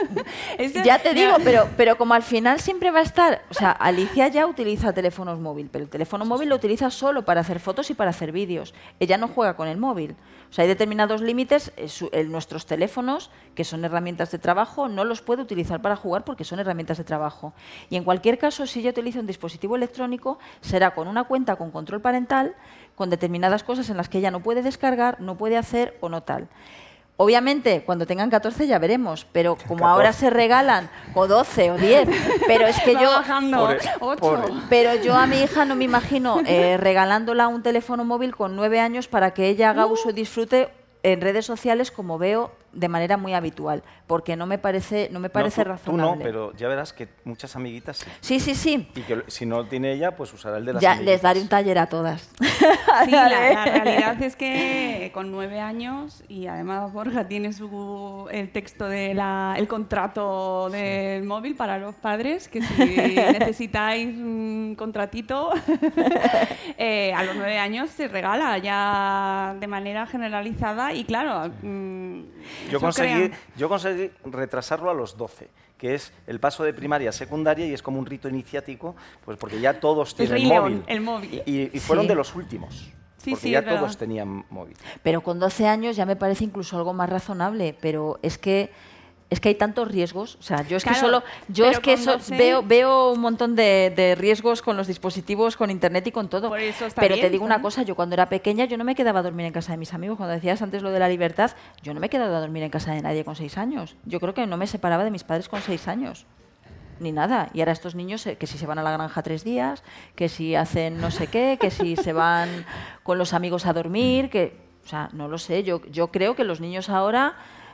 Ya te digo, pero, pero como al final siempre va a estar... O sea, Alicia ya utiliza teléfonos móviles, pero el teléfono sí, móvil sí. lo utiliza solo para hacer fotos y para hacer vídeos. Ella no juega con el móvil. O sea, hay determinados límites. En nuestros teléfonos, que son herramientas de trabajo, no los puede utilizar para jugar porque son herramientas de trabajo. Y en cualquier caso, si ella utiliza un dispositivo electrónico, será con una cuenta con control parental, con determinadas cosas en las que ella no puede descargar, no puede hacer o no tal. Obviamente, cuando tengan catorce ya veremos, pero como catorce. ahora se regalan, o doce o diez, pero es que Va yo... bajando. Pobre, ocho. pobre. Pero yo a mi hija no me imagino eh, regalándola un teléfono móvil con nueve años para que ella haga uso y disfrute en redes sociales como veo de manera muy habitual, porque no me parece, no me parece no, tú, razonable. Tú no, pero ya verás que muchas amiguitas sí. Sí, sí, sí. Y que si no tiene ella, pues usará el de las Ya amiguitas. les daré un taller a todas. Sí, la, la realidad es que con nueve años, y además Borja tiene su, el texto del el contrato del móvil para los padres, que si necesitáis un contratito, eh, a los nueve años se regala ya de manera generalizada y claro... Mmm, yo, conseguí, yo conseguí retrasarlo a los doce, que es el paso de primaria a secundaria y es como un rito iniciático, pues porque ya todos tienen el móvil. León, el móvil. Y, y fueron Sí. de los últimos. Sí, porque sí, ya es verdad. todos tenían móvil. Pero con doce años ya me parece incluso algo más razonable, pero es que es que hay tantos riesgos, o sea, yo es Claro, que solo yo pero es que con so- doce veo veo un montón de, de riesgos con los dispositivos, con internet y con todo. Por eso está pero bien, te digo una ¿no? cosa, yo cuando era pequeña yo no me quedaba a dormir en casa de mis amigos, cuando decías antes lo de la libertad, yo no me he quedado a dormir en casa de nadie con seis años. Yo creo que no me separaba de mis padres con seis años. Ni nada. Y ahora estos niños, eh, que si se van a la granja tres días, que si hacen no sé qué, que si se van con los amigos a dormir, que, o sea, no lo sé. Yo, yo creo que los niños ahora,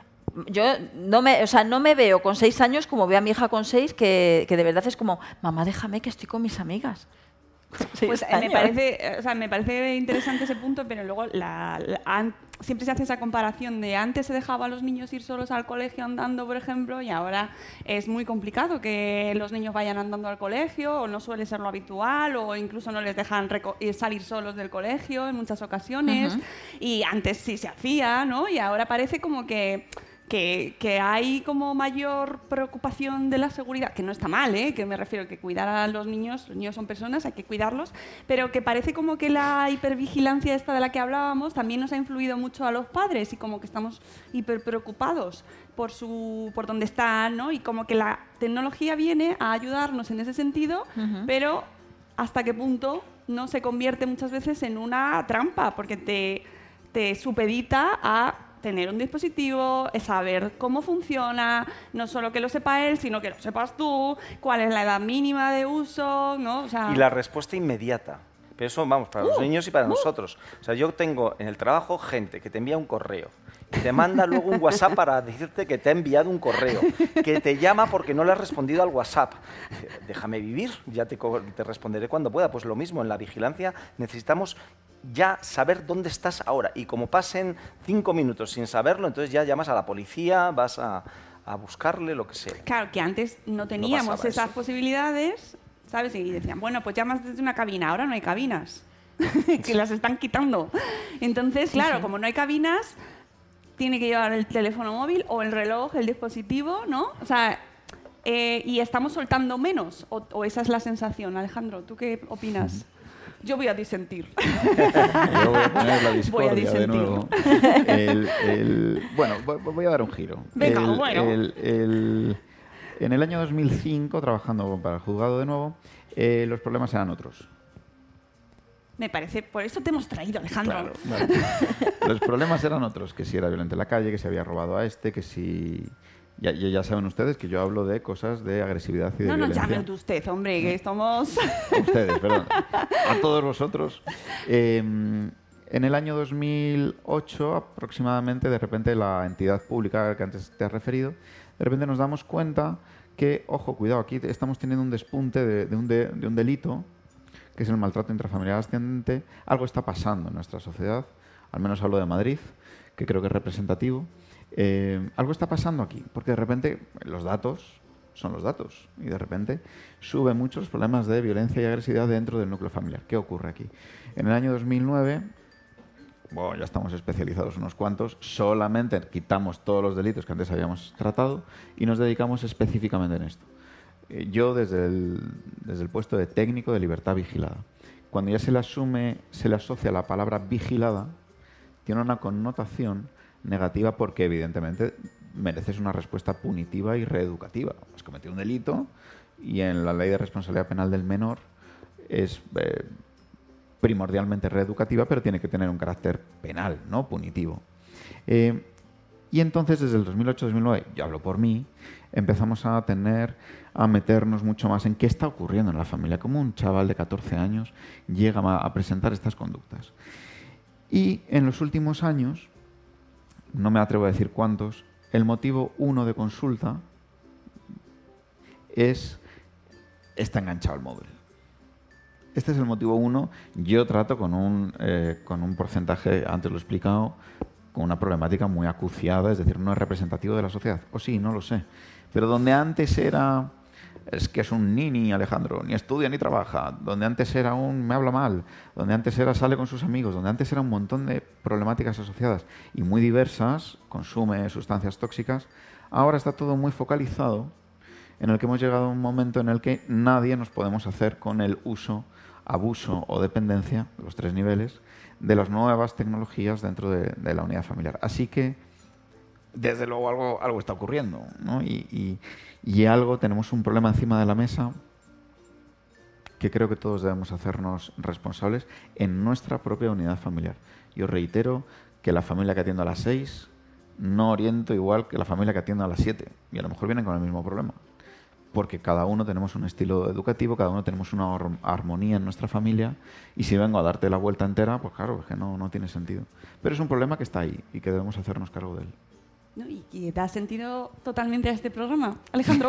yo no me, o sea, no me veo con seis años como veo a mi hija con seis, que, que de verdad es como, mamá, déjame que estoy con mis amigas. Con seis Pues eh, me años. parece, o sea, me parece interesante ese punto, pero luego la, la- an- siempre se hace esa comparación de antes se dejaba a los niños ir solos al colegio andando, por ejemplo, y ahora es muy complicado que los niños vayan andando al colegio, o no suele ser lo habitual, o incluso no les dejan reco- eh, salir solos del colegio en muchas ocasiones. Ujú. Y antes sí se hacía, ¿no? Y ahora parece como que que, que hay como mayor preocupación de la seguridad, que no está mal, ¿eh? Que me refiero que cuidar a los niños, los niños son personas, hay que cuidarlos, pero que parece como que la hipervigilancia esta de la que hablábamos también nos ha influido mucho a los padres y como que estamos hiperpreocupados por su por dónde están, ¿no? Y como que la tecnología viene a ayudarnos en ese sentido, Ujú. pero hasta qué punto no se convierte muchas veces en una trampa, porque te, te supedita a tener un dispositivo, es saber cómo funciona, no solo que lo sepa él, sino que lo sepas tú, cuál es la edad mínima de uso, ¿no? O sea, Y la respuesta inmediata. Pero eso, vamos, para los Uh, niños y para uh. nosotros. O sea, yo tengo en el trabajo gente que te envía un correo, y te manda luego un WhatsApp para decirte que te ha enviado un correo, que te llama porque no le has respondido al WhatsApp. Dice, déjame vivir, ya te, co- te responderé cuando pueda. Pues lo mismo, en la vigilancia necesitamos ya saber dónde estás ahora. Y como pasen cinco minutos sin saberlo, entonces ya llamas a la policía, vas a, a buscarle, lo que sea. claro, que antes no teníamos pasaba esas eso. posibilidades, ¿sabes? Y decían, bueno, pues llamas desde una cabina, ahora no hay cabinas, que las están quitando. Entonces, claro, sí. como no hay cabinas, tiene que llevar el teléfono móvil o el reloj, el dispositivo, ¿no? O sea, eh, y estamos soltando menos, o, o esa es la sensación. Alejandro, ¿tú qué opinas? Yo voy a disentir. Yo voy a poner la Voy a discordia de disentir. nuevo. El- el- bueno, voy- voy a dar un giro. Venga, El- bueno. el- el- en el año dos mil cinco, trabajando para el juzgado de nuevo, eh, los problemas eran otros. Me parece, por eso te hemos traído, Alejandro. Claro, vale. Los problemas eran otros, que si era violento en la calle, que si había robado a este, que si... Ya, ya ya saben ustedes que yo hablo de cosas de agresividad y de No nos violencia. llame usted, hombre, que estamos... A ustedes, perdón. A todos vosotros. Eh, en el año dos mil ocho, aproximadamente, de repente la entidad pública que antes te has referido, de repente nos damos cuenta que, ojo, cuidado, aquí estamos teniendo un despunte de, de un, de, de un delito, que es el maltrato intrafamiliar ascendente. Algo está pasando en nuestra sociedad, al menos hablo de Madrid, que creo que es representativo. Eh, algo está pasando aquí, porque de repente los datos son los datos y de repente suben mucho los problemas de violencia y agresividad dentro del núcleo familiar. ¿Qué ocurre aquí? En el año dos mil nueve, bueno, ya estamos especializados unos cuantos, solamente quitamos todos los delitos que antes habíamos tratado y nos dedicamos específicamente en esto. Eh, yo desde el, desde el puesto de técnico de libertad vigilada. Cuando ya se le asume, se le asocia la palabra vigilada, tiene una connotación negativa porque evidentemente mereces una respuesta punitiva y reeducativa. Has cometido un delito y en la ley de responsabilidad penal del menor es eh, primordialmente reeducativa, pero tiene que tener un carácter penal, no punitivo. Eh, Y entonces, desde el dos mil ocho dos mil nueve, yo hablo por mí, empezamos a tener, a meternos mucho más en qué está ocurriendo en la familia, cómo un chaval de catorce años llega a presentar estas conductas. Y en los últimos años, no me atrevo a decir cuántos, el motivo uno de consulta es, está enganchado al móvil. Este es el motivo uno. Yo trato con un, eh, con un porcentaje, antes lo he explicado, con una problemática muy acuciada, es decir, no es representativo de la sociedad. O sí, no lo sé. Pero donde antes era, es que es un nini, Alejandro, ni estudia ni trabaja, donde antes era un me habla mal, donde antes era sale con sus amigos, donde antes era un montón de problemáticas asociadas y muy diversas, consume sustancias tóxicas, ahora está todo muy focalizado, en el que hemos llegado a un momento en el que nadie nos podemos hacer con el uso, abuso o dependencia, los tres niveles, de las nuevas tecnologías dentro de, de la unidad familiar. Así que, desde luego, algo, algo está ocurriendo, ¿no? Y, y, y algo, tenemos un problema encima de la mesa que creo que todos debemos hacernos responsables en nuestra propia unidad familiar. Yo reitero que la familia que atiendo a las seis no oriento igual que la familia que atiendo a las siete. Y a lo mejor vienen con el mismo problema. Porque cada uno tenemos un estilo educativo, cada uno tenemos una armonía en nuestra familia, y si vengo a darte la vuelta entera, pues claro, es que no, no tiene sentido. Pero es un problema que está ahí y que debemos hacernos cargo de él. ¿No? ¿Y, y da sentido totalmente a este programa, Alejandro?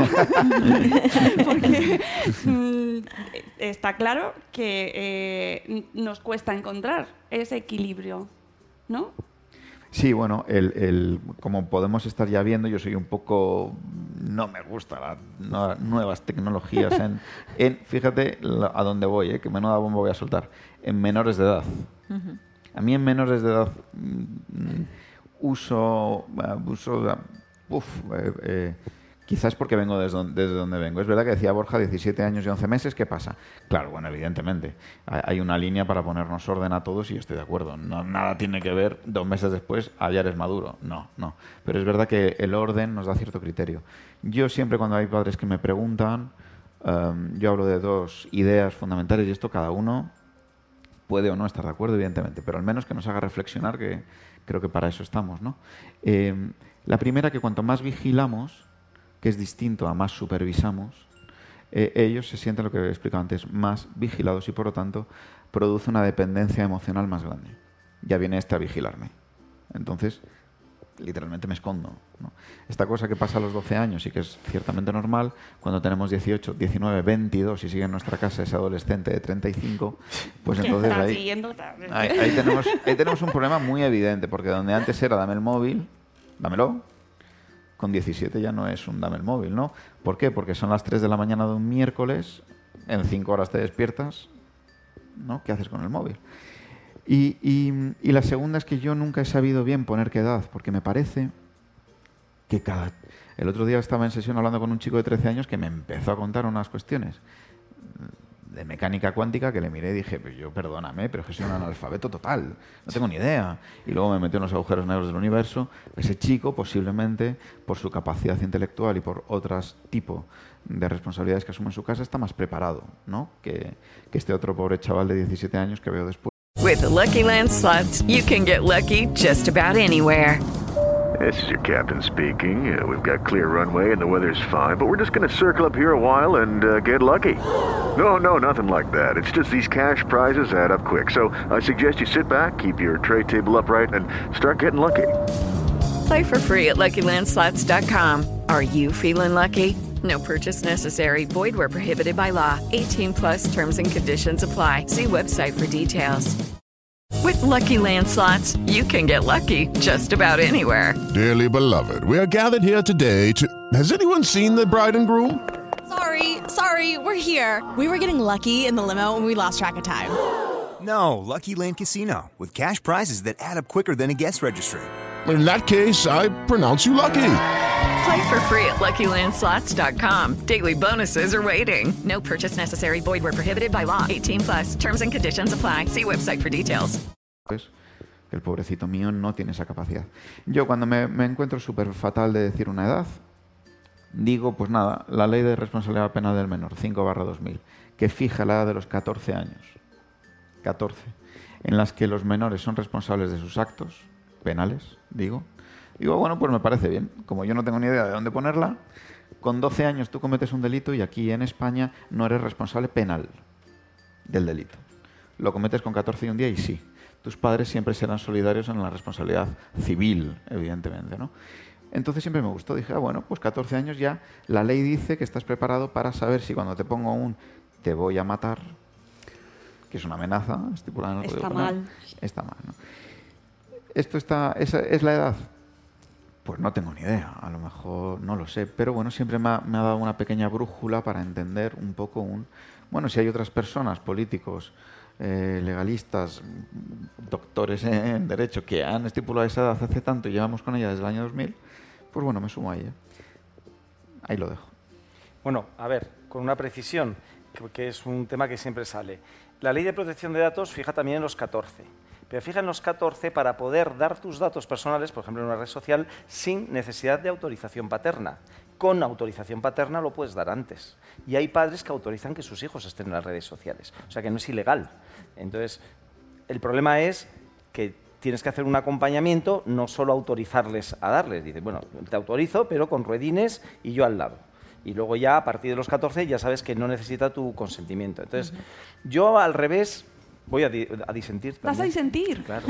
Porque mm, está claro que eh, nos cuesta encontrar ese equilibrio, ¿no? Sí, bueno, el, el, como podemos estar ya viendo, yo soy un poco... No me gustan las no, nuevas tecnologías en, en... Fíjate la, a dónde voy, ¿eh? Que menuda bomba voy a soltar. En menores de edad. Uh-huh. A mí en menores de edad mm, uso... Uh, uso uf, eh, eh, quizás porque vengo desde donde, desde donde vengo. Es verdad que decía Borja, diecisiete años y once meses, ¿qué pasa? Claro, bueno, evidentemente, hay una línea para ponernos orden a todos y yo estoy de acuerdo. No, nada tiene que ver dos meses después, ah, ya eres maduro. No, no. Pero es verdad que el orden nos da cierto criterio. Yo siempre, cuando hay padres que me preguntan, um, yo hablo de dos ideas fundamentales y esto cada uno puede o no estar de acuerdo, evidentemente, pero al menos que nos haga reflexionar, que creo que para eso estamos, ¿no? Eh, la primera, que cuanto más vigilamos, que es distinto a más supervisamos, eh, ellos se sienten, lo que he explicado antes, más vigilados y por lo tanto produce una dependencia emocional más grande. Ya viene este a vigilarme. Entonces, literalmente me escondo, ¿no? Esta cosa que pasa a los doce años y que es ciertamente normal, cuando tenemos dieciocho, diecinueve, veintidós y sigue en nuestra casa ese adolescente de treinta y cinco, pues entonces ahí, ahí, ahí, tenemos, ahí tenemos un problema muy evidente, porque donde antes era dame el móvil, dámelo, con diecisiete ya no es un dame el móvil, ¿no? ¿Por qué? Porque son las tres de la mañana de un miércoles, en cinco horas te despiertas, ¿no? ¿Qué haces con el móvil? Y, y, y la segunda es que yo nunca he sabido bien poner qué edad, porque me parece que cada... El otro día estaba en sesión hablando con un chico de trece años que me empezó a contar unas cuestiones de mecánica cuántica que le miré y dije, pero yo perdóname, pero es que soy un analfabeto total, no tengo ni idea. Y luego me metió en los agujeros negros del universo. Ese chico, posiblemente, por su capacidad intelectual y por otros tipos de responsabilidades que asume en su casa, está más preparado, ¿no? que, que este otro pobre chaval de diecisiete años que veo después. With the Lucky Land Slots, you can get lucky just about anywhere. This is your captain speaking. Uh, we've got clear runway and the weather's fine, but we're just going to circle up here a while and uh, get lucky. No, no, nothing like that. It's just these cash prizes add up quick. So I suggest you sit back, keep your tray table upright, and start getting lucky. Play for free at Lucky Land Slots dot com. Are you feeling lucky? No purchase necessary. Void where prohibited by law. eighteen plus terms and conditions apply. See website for details. With Lucky Land Slots, you can get lucky just about anywhere. Dearly beloved, we are gathered here today to... Has anyone seen the bride and groom? Sorry, sorry, we're here. We were getting lucky in the limo and we lost track of time. No, Lucky Land Casino, with cash prizes that add up quicker than a guest registry. In that case, I pronounce you lucky. Play for free at Lucky Land Slots dot com. Daily bonuses are waiting. No purchase necessary. Void where prohibited by law. eighteen plus. Terms and conditions apply. See website for details. Pues el pobrecito mío no tiene esa capacidad. Yo cuando me, me encuentro súper fatal de decir una edad, digo, pues nada, la ley de responsabilidad penal del menor, cinco barra dos mil, que fija la edad de los catorce años, catorce, en las que los menores son responsables de sus actos penales, digo, Digo, bueno, pues me parece bien. Como yo no tengo ni idea de dónde ponerla, con doce años tú cometes un delito y aquí en España no eres responsable penal del delito. Lo cometes con catorce y un día y sí. Tus padres siempre serán solidarios en la responsabilidad civil, evidentemente, ¿no? Entonces siempre me gustó. Dije, ah, bueno, pues catorce años ya, la ley dice que estás preparado para saber si cuando te pongo un te voy a matar, que es una amenaza estipulada en el Código Penal, mal. está mal, ¿no? ¿Esto está, esa es la edad? Pues no tengo ni idea, a lo mejor no lo sé, pero bueno, siempre me ha, me ha dado una pequeña brújula para entender un poco un... Bueno, si hay otras personas, políticos, eh, legalistas, doctores en Derecho, que han estipulado esa edad hace tanto y llevamos con ella desde el año dos mil, pues bueno, me sumo a ella. Ahí lo dejo. Bueno, a ver, con una precisión, que, que es un tema que siempre sale. La Ley de Protección de Datos fija también en los catorce. Pero fija en los catorce para poder dar tus datos personales, por ejemplo, en una red social, sin necesidad de autorización paterna. Con autorización paterna lo puedes dar antes. Y hay padres que autorizan que sus hijos estén en las redes sociales. O sea que no es ilegal. Entonces, el problema es que tienes que hacer un acompañamiento, no solo autorizarles a darles. Dices, bueno, te autorizo, pero con ruedines y yo al lado. Y luego ya, a partir de los catorce, ya sabes que no necesita tu consentimiento. Entonces, uh-huh. yo al revés... Voy a, di a disentir también. ¿Vas a disentir? Claro.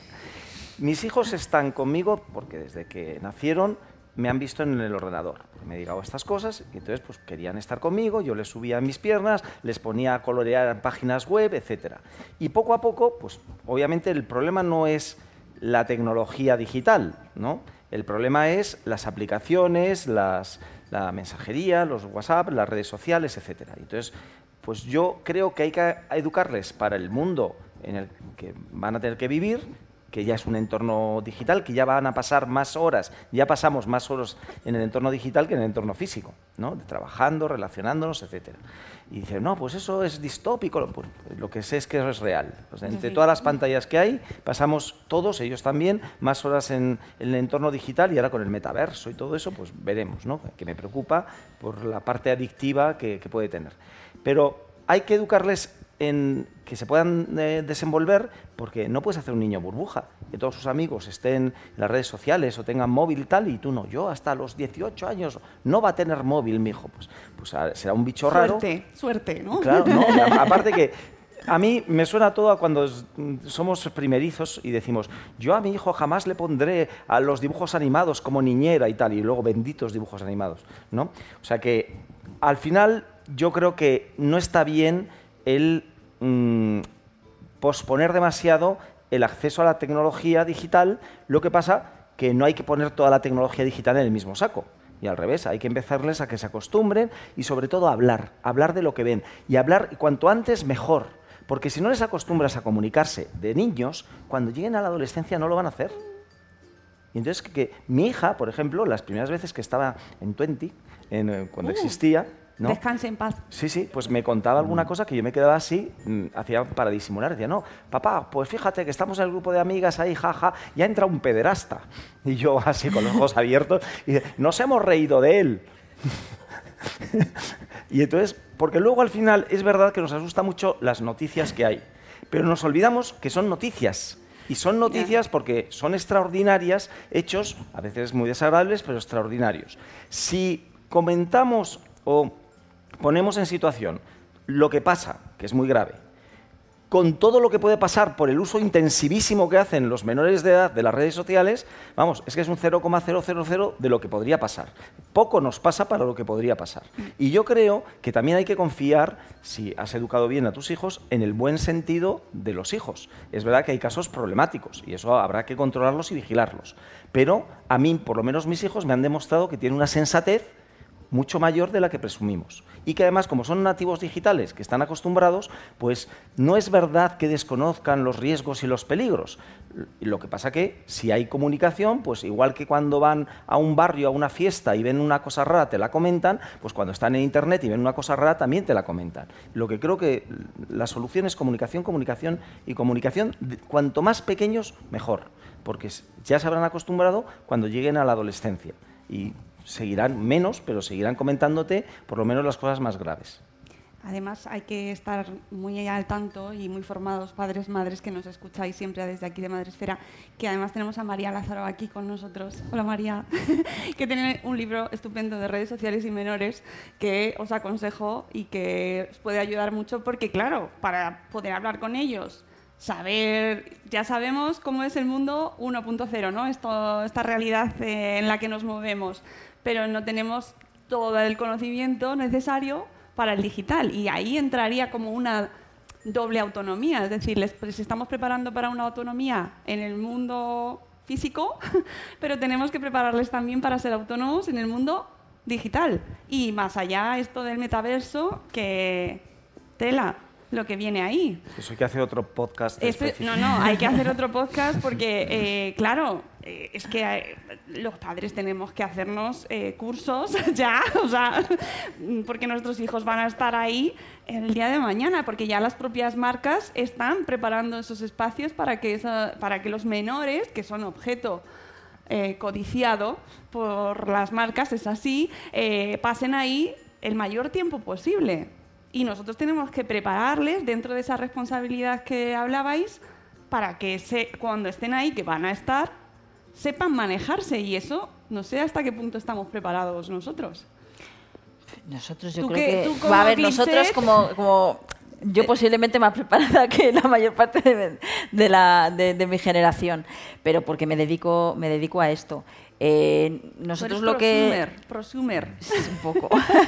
Mis hijos están conmigo porque desde que nacieron me han visto en el ordenador. Me he dedicado a estas cosas y entonces pues, querían estar conmigo, yo les subía en mis piernas, les ponía a colorear en páginas web, etcétera. Y poco a poco, pues obviamente el problema no es la tecnología digital, ¿no? El problema es las aplicaciones, las, la mensajería, los WhatsApp, las redes sociales, etcétera. Entonces, pues yo creo que hay que educarles para el mundo en el que van a tener que vivir, que ya es un entorno digital, que ya van a pasar más horas, ya pasamos más horas en el entorno digital que en el entorno físico, ¿no? Trabajando, relacionándonos, etcétera. Y dicen, no, pues eso es distópico. Pues lo que sé es que eso es real. O sea, entre todas las pantallas que hay, pasamos todos, ellos también, más horas en, en el entorno digital y ahora con el metaverso y todo eso, pues veremos, ¿no? Que me preocupa por la parte adictiva que, que puede tener. Pero hay que educarles en que se puedan eh, desenvolver, porque no puedes hacer un niño burbuja, que todos sus amigos estén en las redes sociales o tengan móvil y tal, y tú no. Yo hasta los dieciocho años no va a tener móvil, mi hijo. Pues, pues será un bicho raro. Suerte, suerte, ¿no? Claro, no. Aparte que a mí me suena todo a cuando somos primerizos y decimos, yo a mi hijo jamás le pondré a los dibujos animados como niñera y tal, y luego benditos dibujos animados, ¿no? O sea que al final yo creo que no está bien el mmm, posponer demasiado el acceso a la tecnología digital. Lo que pasa que no hay que poner toda la tecnología digital en el mismo saco. Y al revés, hay que empezarles a que se acostumbren y sobre todo a hablar, hablar de lo que ven. Y hablar cuanto antes mejor. Porque si no les acostumbras a comunicarse de niños, cuando lleguen a la adolescencia no lo van a hacer. Y entonces que, que mi hija, por ejemplo, las primeras veces que estaba en Twenty, en, cuando uh. existía... ¿no? Descanse en paz. Sí, sí, pues me contaba alguna cosa que yo me quedaba así, mmm, hacía para disimular. Decía, no, papá, pues fíjate que estamos en el grupo de amigas ahí, jaja, ya entra un pederasta. Y yo así con los ojos abiertos, y dice, nos hemos reído de él. Y entonces, porque luego al final es verdad que nos asusta mucho las noticias que hay, pero nos olvidamos que son noticias. Y son noticias porque son extraordinarias, hechos, a veces muy desagradables, pero extraordinarios. Si comentamos o ponemos en situación lo que pasa, que es muy grave, con todo lo que puede pasar por el uso intensivísimo que hacen los menores de edad de las redes sociales, vamos, es que es un cero coma cero cero cero de lo que podría pasar. Poco nos pasa para lo que podría pasar. Y yo creo que también hay que confiar, si has educado bien a tus hijos, en el buen sentido de los hijos. Es verdad que hay casos problemáticos y eso habrá que controlarlos y vigilarlos. Pero a mí, por lo menos mis hijos, me han demostrado que tienen una sensatez mucho mayor de la que presumimos. Y que además, como son nativos digitales, que están acostumbrados, pues no es verdad que desconozcan los riesgos y los peligros. Lo que pasa que si hay comunicación, pues igual que cuando van a un barrio, a una fiesta y ven una cosa rara, te la comentan, pues cuando están en internet y ven una cosa rara, también te la comentan. Lo que creo que la solución es comunicación, comunicación y comunicación. Cuanto más pequeños, mejor. Porque ya se habrán acostumbrado cuando lleguen a la adolescencia. Y seguirán menos, pero seguirán comentándote por lo menos las cosas más graves. Además, hay que estar muy al tanto y muy formados, padres, madres, que nos escucháis siempre desde aquí de Madresfera, que además tenemos a María Lázaro aquí con nosotros. Hola, María, que tiene un libro estupendo de redes sociales y menores que os aconsejo y que os puede ayudar mucho porque, claro, para poder hablar con ellos, saber, ya sabemos cómo es el mundo uno punto cero, ¿no? Esto, esta realidad eh, en la que nos movemos, pero no tenemos todo el conocimiento necesario para el digital, y ahí entraría como una doble autonomía, es decir, les, les estamos preparando para una autonomía en el mundo físico, pero tenemos que prepararles también para ser autónomos en el mundo digital. Y más allá esto del metaverso, que tela lo que viene ahí. Eso hay que hacer otro podcast este, específico. No, no, hay que hacer otro podcast porque, eh, claro, eh, es que eh, los padres tenemos que hacernos eh, cursos ya, o sea, porque nuestros hijos van a estar ahí el día de mañana, porque ya las propias marcas están preparando esos espacios para que, esa, para que los menores, que son objeto eh, codiciado por las marcas, es así, eh, pasen ahí el mayor tiempo posible. Y nosotros tenemos que prepararles dentro de esa responsabilidad que hablabais para que se, cuando estén ahí, que van a estar, sepan manejarse. Y eso, no sé hasta qué punto estamos preparados nosotros. Nosotros yo ¿Tú creo qué- que... tú como Va a ver, Clipset? nosotros como... como yo posiblemente más preparada que la mayor parte de, de, la, de, de mi generación, pero porque me dedico, me dedico a esto. Eh, nosotros Tú eres lo que... prosumer, prosumer. Un poco.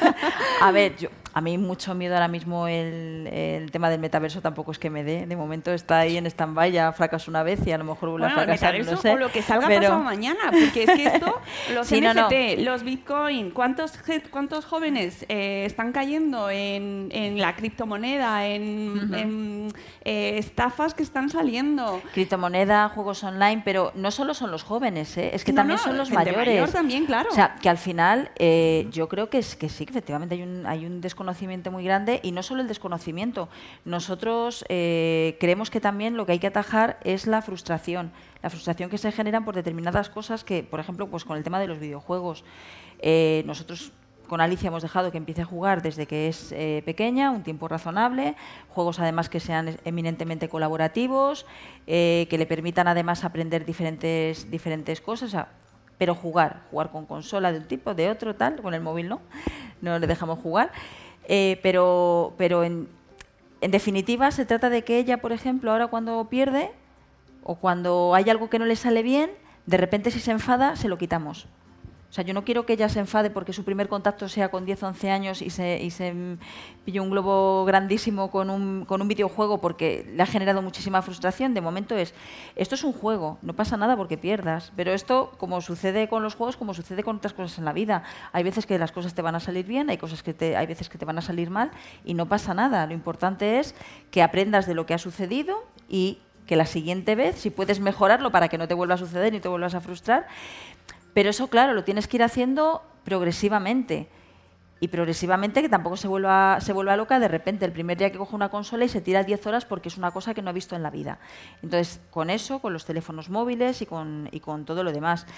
A ver, yo, a mí mucho miedo ahora mismo el, el tema del metaverso tampoco es que me dé. De momento está ahí en stand-by, ya fracasó una vez y a lo mejor vuelve Bueno, a el fracasar, metaverso no sé. o lo que salga pero... pasado mañana, porque es que esto, los Sí, no, N F T, no. los Bitcoin, ¿cuántos, je- cuántos jóvenes eh, están cayendo en, en la criptomoneda, en, Ujú. en eh, estafas que están saliendo? Criptomoneda, juegos online, pero no solo son los jóvenes, ¿eh? Es que No, también no, son los gente mayores. mayor también, claro. O sea, que al final eh, yo creo que, es, que sí, que efectivamente hay un, hay un desconocimiento muy grande y no solo el desconocimiento. Nosotros eh, creemos que también lo que hay que atajar es la frustración. La frustración que se generan por determinadas cosas que, por ejemplo, pues con el tema de los videojuegos. Eh, nosotros con Alicia hemos dejado que empiece a jugar desde que es eh, pequeña, un tiempo razonable, juegos además que sean eminentemente colaborativos, eh, que le permitan además aprender diferentes, diferentes cosas, o sea, pero jugar, jugar con consola de un tipo, de otro, tal, con el móvil no, no le dejamos jugar, eh, pero, pero en, en definitiva se trata de que ella, por ejemplo, ahora cuando pierde o cuando hay algo que no le sale bien, de repente si se enfada, se lo quitamos. O sea, yo no quiero que ella se enfade porque su primer contacto sea con diez, once años y se, y se mm, pille un globo grandísimo con un, con un videojuego porque le ha generado muchísima frustración. De momento es, esto es un juego, no pasa nada porque pierdas. Pero esto, como sucede con los juegos, como sucede con otras cosas en la vida. Hay veces que las cosas te van a salir bien, hay, cosas que te, hay veces que te van a salir mal y no pasa nada. Lo importante es que aprendas de lo que ha sucedido y que la siguiente vez, si puedes mejorarlo para que no te vuelva a suceder ni te vuelvas a frustrar. Pero eso, claro, lo tienes que ir haciendo progresivamente. Y progresivamente que tampoco se vuelva, se vuelva loca de repente el primer día que coge una consola y se tira diez horas porque es una cosa que no ha visto en la vida. Entonces, con eso, con los teléfonos móviles y con, y con todo lo demás.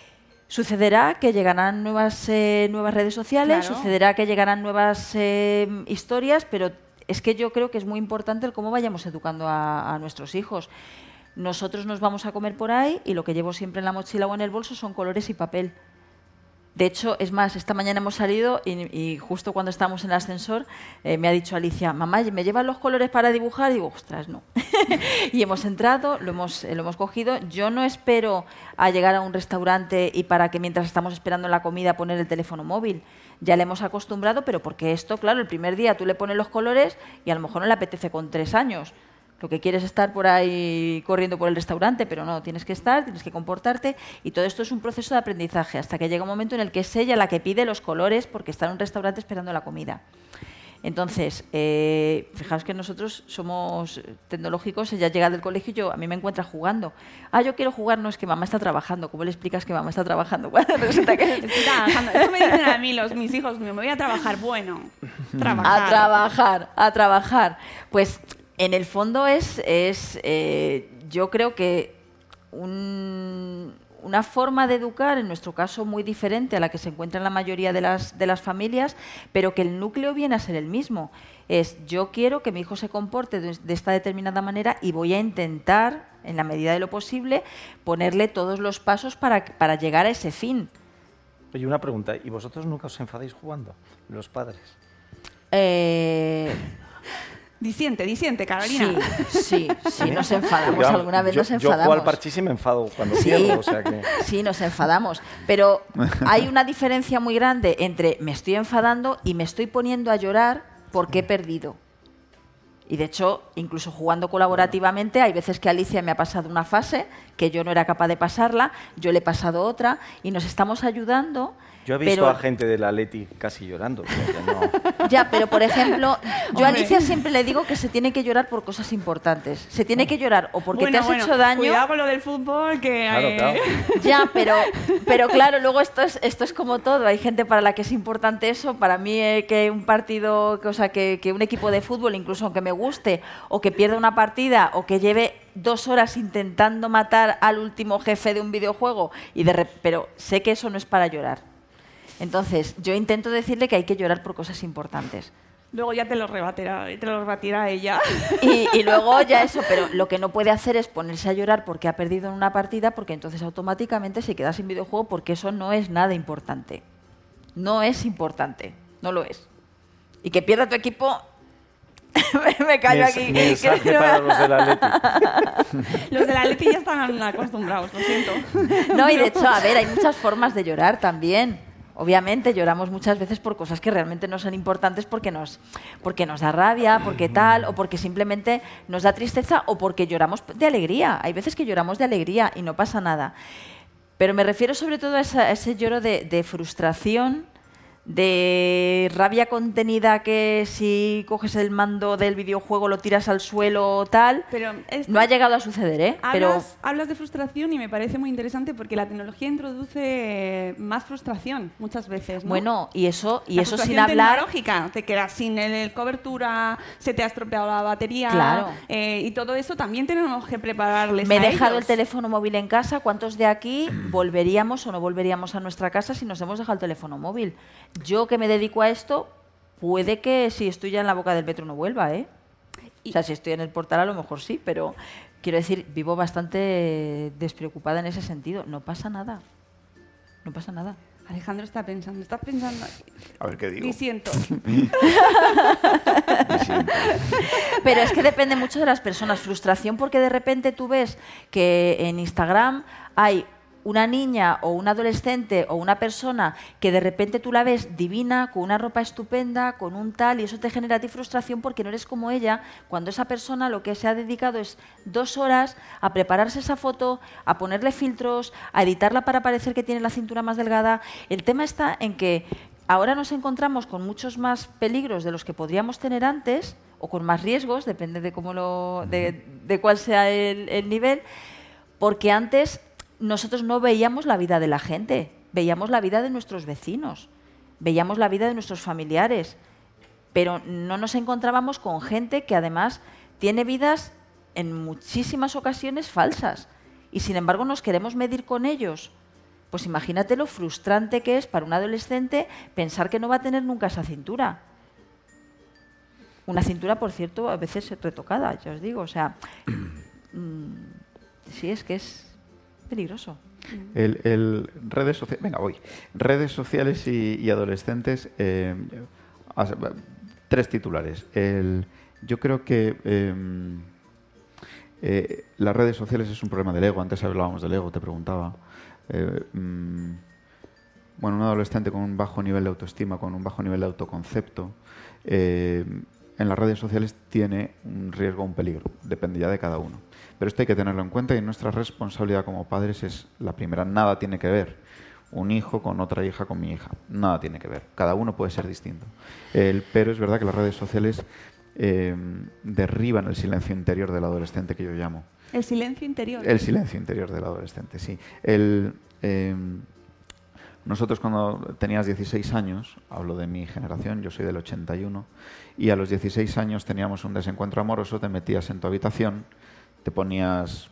Sucederá que llegarán nuevas, eh, nuevas redes sociales, Claro. sucederá que llegarán nuevas eh, historias, pero es que yo creo que es muy importante el cómo vayamos educando a, a nuestros hijos. Nosotros nos vamos a comer por ahí y lo que llevo siempre en la mochila o en el bolso son colores y papel. De hecho, es más, esta mañana hemos salido y, y justo cuando estábamos en el ascensor eh, me ha dicho Alicia, mamá, ¿me llevan los colores para dibujar? Y digo, ostras, no. Y hemos entrado, lo hemos, eh, lo hemos cogido. Yo no espero a llegar a un restaurante y para que mientras estamos esperando la comida poner el teléfono móvil. Ya le hemos acostumbrado, pero porque esto, claro, el primer día tú le pones los colores y a lo mejor no le apetece con tres años. Lo que quieres es estar por ahí corriendo por el restaurante, pero no, tienes que estar, tienes que comportarte y todo esto es un proceso de aprendizaje hasta que llega un momento en el que es ella la que pide los colores porque está en un restaurante esperando la comida. Entonces, eh, fijaos que nosotros somos tecnológicos, ella llega del colegio y yo, a mí me encuentra jugando. Ah, yo quiero jugar, no, es que mamá está trabajando. ¿Cómo le explicas que mamá está trabajando? Cuando resulta que... Estoy trabajando. Eso me dicen a mí los, mis hijos, me voy a trabajar. Bueno, trabajar. A trabajar, a trabajar. Pues en el fondo es, es eh, yo creo que un, una forma de educar, en nuestro caso muy diferente a la que se encuentra en la mayoría de las, de las familias, pero que el núcleo viene a ser el mismo. Es, yo quiero que mi hijo se comporte de, de esta determinada manera y voy a intentar, en la medida de lo posible, ponerle todos los pasos para, para llegar a ese fin. Oye, una pregunta, ¿y vosotros nunca os enfadáis jugando, los padres? Eh... Disiente, disiente, Carolina. Sí, sí, sí, nos enfadamos. Yo, Alguna vez yo, nos enfadamos. Yo juego al parchís y me enfado cuando sí, pierdo, o sea que... Sí, nos enfadamos. Pero hay una diferencia muy grande entre me estoy enfadando y me estoy poniendo a llorar porque he perdido. Y de hecho, incluso jugando colaborativamente, hay veces que Alicia me ha pasado una fase que yo no era capaz de pasarla, yo le he pasado otra y nos estamos ayudando. Yo he visto pero... a gente del Atleti casi llorando. No. Ya, pero por ejemplo, yo a Alicia siempre le digo que se tiene que llorar por cosas importantes. Se tiene que llorar o porque bueno, te has bueno, hecho daño. Cuidado con lo del fútbol, que... Claro, eh... claro. Ya, pero, pero claro, luego esto es, esto es como todo. Hay gente para la que es importante eso. Para mí eh, que un partido, que, o sea, que, que un equipo de fútbol, incluso aunque me guste, o que pierda una partida, o que lleve dos horas intentando matar al último jefe de un videojuego, y de rep- pero sé que eso no es para llorar. Entonces, yo intento decirle que hay que llorar por cosas importantes. Luego ya te lo rebatirá, te lo rebatirá ella. Y, y luego ya eso, pero lo que no puede hacer es ponerse a llorar porque ha perdido en una partida, porque entonces automáticamente se queda sin videojuego, porque eso no es nada importante. No es importante, no lo es. Y que pierda tu equipo... me callo Mes, aquí. Mensaje para los del Atleti. Los del Atleti ya están acostumbrados, lo siento. No, y de hecho, a ver, hay muchas formas de llorar también. Obviamente lloramos muchas veces por cosas que realmente no son importantes porque nos, porque nos da rabia, porque tal, o porque simplemente nos da tristeza, o porque lloramos de alegría. Hay veces que lloramos de alegría y no pasa nada. Pero me refiero sobre todo a, esa, a ese lloro de, de frustración, de rabia contenida, que si coges el mando del videojuego lo tiras al suelo o tal. Pero esto, no ha llegado a suceder, ¿eh? Hablas, Pero... hablas de frustración y me parece muy interesante porque la tecnología introduce más frustración muchas veces, ¿no? Bueno, y eso, y la eso sin frustración hablar... tecnológica, te quedas sin el, el cobertura, se te ha estropeado la batería, claro. eh, y todo eso también tenemos que prepararles. Me he a dejado ellos. el teléfono móvil en casa. ¿Cuántos de aquí volveríamos o no volveríamos a nuestra casa si nos hemos dejado el teléfono móvil? Yo que me dedico a esto, puede que si estoy ya en la boca del metro no vuelva, ¿eh? O sea, si estoy en el portal a lo mejor sí, pero quiero decir, vivo bastante despreocupada en ese sentido. No pasa nada. No pasa nada. Alejandro está pensando, está pensando... A ver qué digo. Disiento. Pero es que depende mucho de las personas. Frustración porque de repente tú ves que en Instagram hay una niña o un adolescente o una persona que de repente tú la ves divina, con una ropa estupenda, con un tal, y eso te genera a ti frustración porque no eres como ella, cuando esa persona lo que se ha dedicado es dos horas a prepararse esa foto, a ponerle filtros, a editarla para parecer que tiene la cintura más delgada. El tema está en que ahora nos encontramos con muchos más peligros de los que podríamos tener antes, o con más riesgos, depende de cómo lo, de, de cuál sea el, el nivel, porque antes nosotros no veíamos la vida de la gente, veíamos la vida de nuestros vecinos, veíamos la vida de nuestros familiares, pero no nos encontrábamos con gente que además tiene vidas en muchísimas ocasiones falsas y sin embargo nos queremos medir con ellos. Pues imagínate lo frustrante que es para un adolescente pensar que no va a tener nunca esa cintura. Una cintura, por cierto, a veces retocada, ya os digo, o sea, mmm, sí, es que es peligroso. El, el redes sociales, venga, voy. Redes sociales y, y adolescentes, eh, tres titulares. El, yo creo que eh, eh, las redes sociales es un problema del ego. Antes hablábamos del ego, te preguntaba. Eh, mm, bueno, un adolescente con un bajo nivel de autoestima, con un bajo nivel de autoconcepto, eh, en las redes sociales tiene un riesgo o un peligro. Depende ya de cada uno. Pero esto hay que tenerlo en cuenta y nuestra responsabilidad como padres es la primera. Nada tiene que ver un hijo con otra hija, con mi hija. Nada tiene que ver. Cada uno puede ser distinto. El, pero es verdad que las redes sociales eh, derriban el silencio interior del adolescente, que yo llamo. El silencio interior. El silencio interior del adolescente, sí. El, eh, nosotros cuando tenías dieciséis años, hablo de mi generación, yo soy del ochenta y uno, y a los dieciséis años teníamos un desencuentro amoroso, te metías en tu habitación, te ponías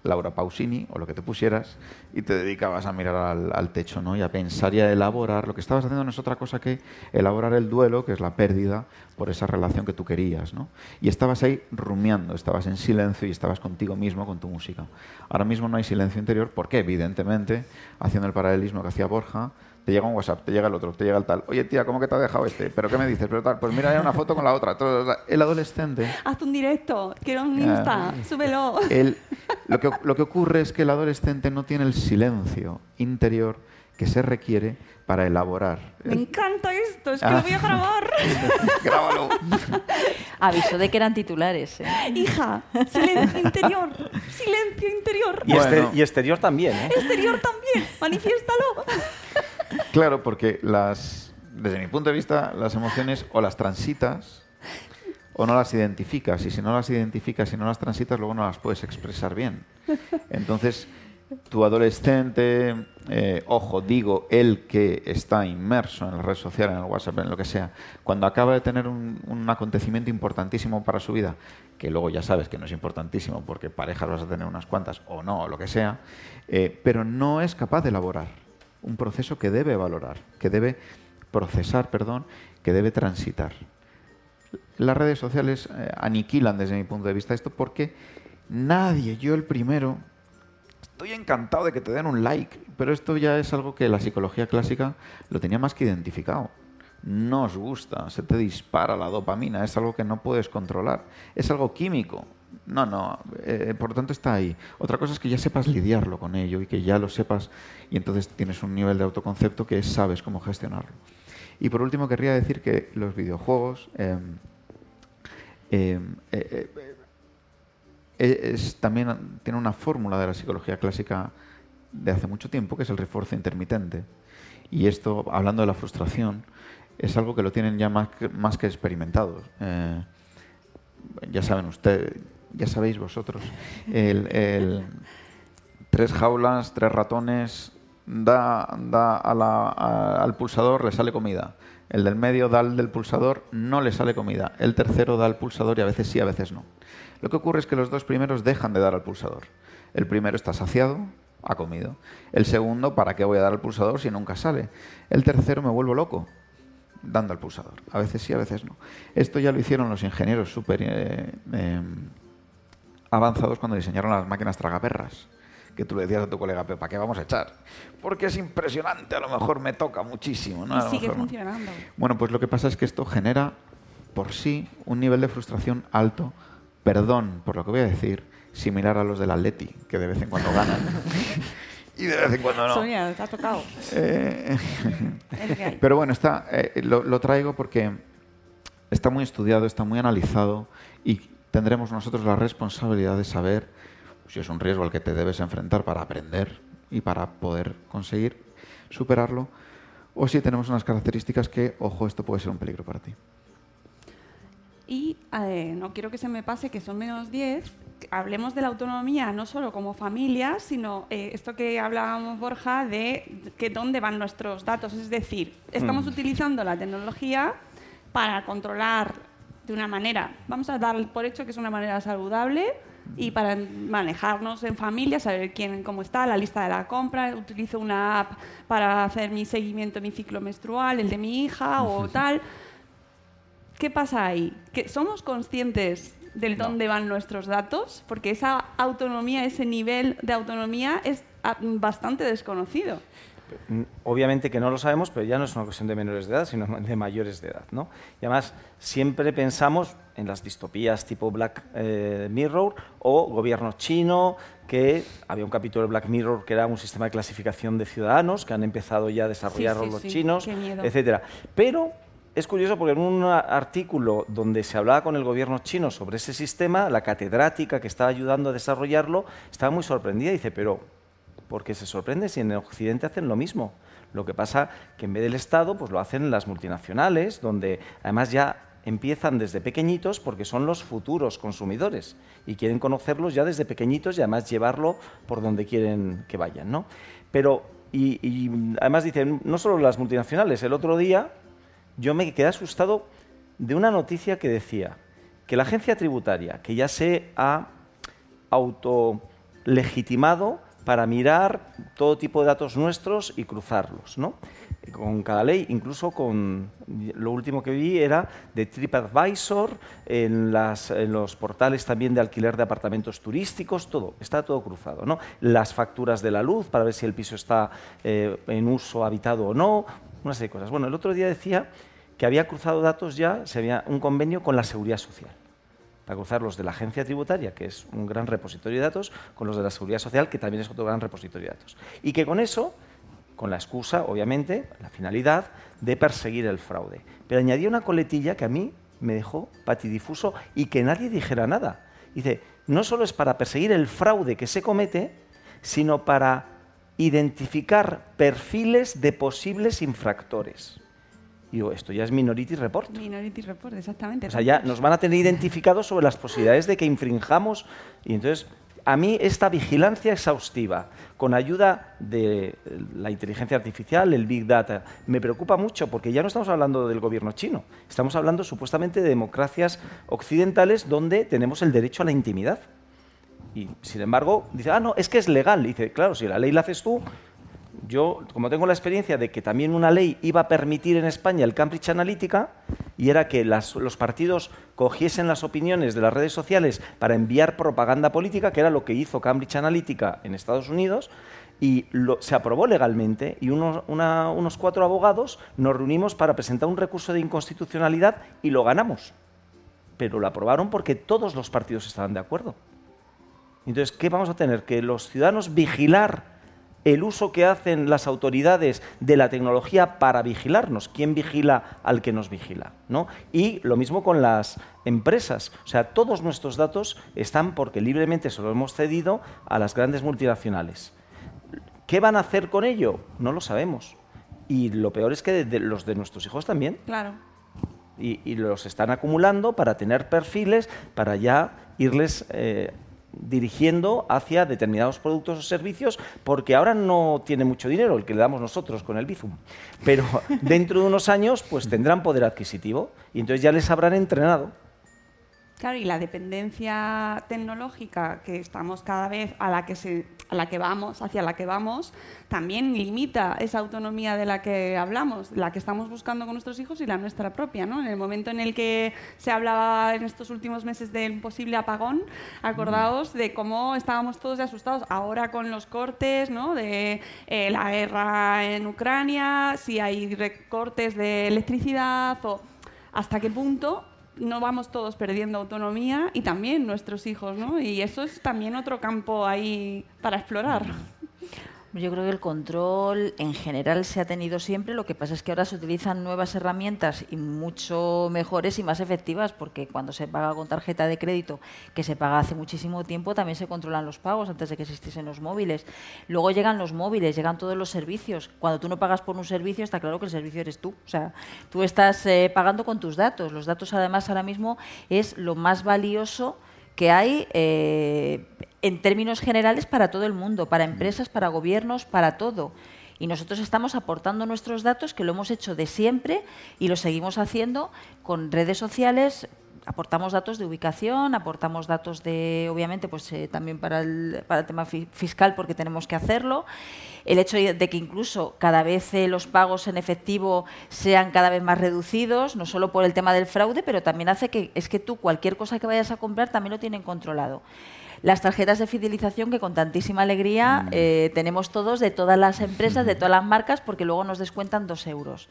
Laura Pausini o lo que te pusieras y te dedicabas a mirar al, al techo, ¿no? Y a pensar y a elaborar. Lo que estabas haciendo no es otra cosa que elaborar el duelo, que es la pérdida por esa relación que tú querías, ¿no? Y estabas ahí rumiando, estabas en silencio y estabas contigo mismo, con tu música. Ahora mismo no hay silencio interior porque, evidentemente, haciendo el paralelismo que hacía Borja, te llega un WhatsApp, te llega el otro, te llega el tal. Oye, tía, ¿cómo que te ha dejado este? ¿Pero qué me dices? Pero tal, pues mira, hay una foto con la otra. El adolescente... Hazte un directo, quiero un Insta, yeah. súbelo. El, lo, que, lo que ocurre es que el adolescente no tiene el silencio interior que se requiere para elaborar. Me encanta esto, es que Ah. lo voy a grabar. Grábalo. Avisó de que eran titulares. ¿eh? Hija, silencio interior, silencio interior. Y, Bueno. este- y exterior también, ¿eh? Exterior también, manifiéstalo. Claro, porque las, desde mi punto de vista, las emociones o las transitas o no las identificas. Y si no las identificas y no las transitas, luego no las puedes expresar bien. Entonces, tu adolescente, eh, ojo, digo, el que está inmerso en las redes sociales, en el WhatsApp, en lo que sea, cuando acaba de tener un, un acontecimiento importantísimo para su vida, que luego ya sabes que no es importantísimo porque parejas vas a tener unas cuantas o no, o lo que sea, eh, pero no es capaz de elaborar un proceso que debe valorar, que debe procesar, perdón, que debe transitar. Las redes sociales eh, aniquilan desde mi punto de vista esto porque nadie, yo el primero, estoy encantado de que te den un like, pero esto ya es algo que la psicología clásica lo tenía más que identificado. No os gusta, se te dispara la dopamina, es algo que no puedes controlar, es algo químico. No, no, eh, por lo tanto está ahí. Otra cosa es que ya sepas lidiarlo con ello y que ya lo sepas y entonces tienes un nivel de autoconcepto que sabes cómo gestionarlo. Y por último querría decir que los videojuegos eh, eh, eh, eh, es, también tiene una fórmula de la psicología clásica de hace mucho tiempo que es el refuerzo intermitente. Y esto, hablando de la frustración, es algo que lo tienen ya más que, más que experimentados. Eh, ya saben ustedes, ya sabéis vosotros, el, el tres jaulas, tres ratones, da, da a la, a, al pulsador, le sale comida. El del medio da al del pulsador, no le sale comida. El tercero da al pulsador y a veces sí, a veces no. Lo que ocurre es que los dos primeros dejan de dar al pulsador. El primero está saciado, ha comido. El segundo, ¿para qué voy a dar al pulsador si nunca sale? El tercero, me vuelvo loco dando al pulsador. A veces sí, a veces no. Esto ya lo hicieron los ingenieros súper eh, eh, avanzados cuando diseñaron las máquinas tragaperras. Que tú le decías a tu colega, ¿para qué vamos a echar? Porque es impresionante, a lo mejor me toca muchísimo, ¿no? A Y lo sigue mejor no. funcionando. Bueno, pues lo que pasa es que esto genera por sí un nivel de frustración alto, perdón por lo que voy a decir, similar a los del Atleti, que de vez en cuando ganan y de vez en cuando no. Sonia, te ha tocado. Eh, Es lo que hay. Pero bueno, está, eh, lo, lo traigo porque está muy estudiado, está muy analizado y tendremos nosotros la responsabilidad de saber si es un riesgo al que te debes enfrentar para aprender y para poder conseguir superarlo, o si tenemos unas características que, ojo, esto puede ser un peligro para ti. Y eh, no quiero que se me pase, que son menos diez. Hablemos de la autonomía no solo como familia, sino eh, esto que hablábamos, Borja, de que dónde van nuestros datos. Es decir, estamos Mm. utilizando la tecnología para controlar de una manera, vamos a dar por hecho que es una manera saludable, y para manejarnos en familia, saber quién, cómo está, la lista de la compra. Utilizo una app para hacer mi seguimiento, mi ciclo menstrual, el de mi hija o tal. ¿Qué pasa ahí? ¿Que somos conscientes del No. dónde van nuestros datos? Porque esa autonomía, ese nivel de autonomía es ah, bastante desconocido. Obviamente que no lo sabemos, pero ya no es una cuestión de menores de edad, sino de mayores de edad, ¿no? Y además, siempre pensamos en las distopías tipo Black eh, Mirror o gobierno chino, que había un capítulo de Black Mirror que era un sistema de clasificación de ciudadanos, que han empezado ya a desarrollarlo Sí, sí, los sí, chinos, qué miedo. etcétera. Pero es curioso porque en un artículo donde se hablaba con el gobierno chino sobre ese sistema, la catedrática que estaba ayudando a desarrollarlo estaba muy sorprendida y dice, pero ¿por qué se sorprende si en el Occidente hacen lo mismo? Lo que pasa que en vez del Estado pues lo hacen las multinacionales, donde además ya empiezan desde pequeñitos porque son los futuros consumidores y quieren conocerlos ya desde pequeñitos y además llevarlo por donde quieren que vayan, ¿no? Pero, y, y además dicen, no solo las multinacionales, el otro día yo me quedé asustado de una noticia que decía que la agencia tributaria, que ya se ha auto legitimado para mirar todo tipo de datos nuestros y cruzarlos, ¿no? Con cada ley, incluso con lo último que vi era de TripAdvisor, en, las, en los portales también de alquiler de apartamentos turísticos, todo, está todo cruzado, ¿no? Las facturas de la luz para ver si el piso está eh, en uso habitado o no, una serie de cosas. Bueno, el otro día decía que había cruzado datos ya, se había un convenio con la Seguridad Social, para cruzar los de la Agencia Tributaria, que es un gran repositorio de datos, con los de la Seguridad Social, que también es otro gran repositorio de datos. Y que con eso, con la excusa, obviamente, la finalidad de perseguir el fraude. Pero añadía una coletilla que a mí me dejó patidifuso y que nadie dijera nada. Dice, no solo es para perseguir el fraude que se comete, sino para identificar perfiles de posibles infractores. Y digo, esto ya es Minority Report. Minority Report, exactamente. O sea, ya nos van a tener identificados sobre las posibilidades de que infringamos. Y entonces, a mí esta vigilancia exhaustiva, con ayuda de la inteligencia artificial, el Big Data, me preocupa mucho porque ya no estamos hablando del gobierno chino. Estamos hablando supuestamente de democracias occidentales donde tenemos el derecho a la intimidad. Y, sin embargo, dice, ah, no, es que es legal. Y dice, claro, si la ley la haces tú... Yo, como tengo la experiencia de que también una ley iba a permitir en España el Cambridge Analytica, y era que las, los partidos cogiesen las opiniones de las redes sociales para enviar propaganda política, que era lo que hizo Cambridge Analytica en Estados Unidos, y lo, se aprobó legalmente, y unos, una, unos cuatro abogados nos reunimos para presentar un recurso de inconstitucionalidad y lo ganamos. Pero lo aprobaron porque todos los partidos estaban de acuerdo. Entonces, ¿qué vamos a tener? Que los ciudadanos vigilar el uso que hacen las autoridades de la tecnología para vigilarnos. ¿Quién vigila al que nos vigila? ¿No? Y lo mismo con las empresas. O sea, todos nuestros datos están porque libremente se los hemos cedido a las grandes multinacionales. ¿Qué van a hacer con ello? No lo sabemos. Y lo peor es que de, de los de nuestros hijos también. Claro. Y, y los están acumulando para tener perfiles, para ya irles... Eh, dirigiendo hacia determinados productos o servicios, porque ahora no tiene mucho dinero el que le damos nosotros con el Bizum, pero dentro de unos años pues tendrán poder adquisitivo y entonces ya les habrán entrenado. Claro, y la dependencia tecnológica que estamos cada vez a la que se, a la que vamos, hacia la que vamos, también limita esa autonomía de la que hablamos, la que estamos buscando con nuestros hijos y la nuestra propia, ¿no? En el momento en el que se hablaba en estos últimos meses del posible apagón, acordaos de cómo estábamos todos asustados. Ahora con los cortes, ¿no? De eh, la guerra en Ucrania, si hay recortes de electricidad o hasta qué punto no vamos todos perdiendo autonomía y también nuestros hijos, ¿no? Y eso es también otro campo ahí para explorar. Yo creo que el control en general se ha tenido siempre, lo que pasa es que ahora se utilizan nuevas herramientas y mucho mejores y más efectivas, porque cuando se paga con tarjeta de crédito, que se paga hace muchísimo tiempo, también se controlan los pagos antes de que existiesen los móviles. Luego llegan los móviles, llegan todos los servicios. Cuando tú no pagas por un servicio, está claro que el servicio eres tú. O sea, tú estás eh, pagando con tus datos. Los datos, además, ahora mismo es lo más valioso que hay eh, en términos generales para todo el mundo, para empresas, para gobiernos, para todo. Y nosotros estamos aportando nuestros datos, que lo hemos hecho de siempre y lo seguimos haciendo con redes sociales. Aportamos datos de ubicación, aportamos datos de, obviamente, pues eh, también para el, para el tema fi- fiscal, porque tenemos que hacerlo. El hecho de que incluso cada vez eh, los pagos en efectivo sean cada vez más reducidos, no solo por el tema del fraude, pero también hace que es que tú cualquier cosa que vayas a comprar también lo tienen controlado. Las tarjetas de fidelización que con tantísima alegría eh, tenemos todos de todas las empresas, de todas las marcas, porque luego nos descuentan dos euros.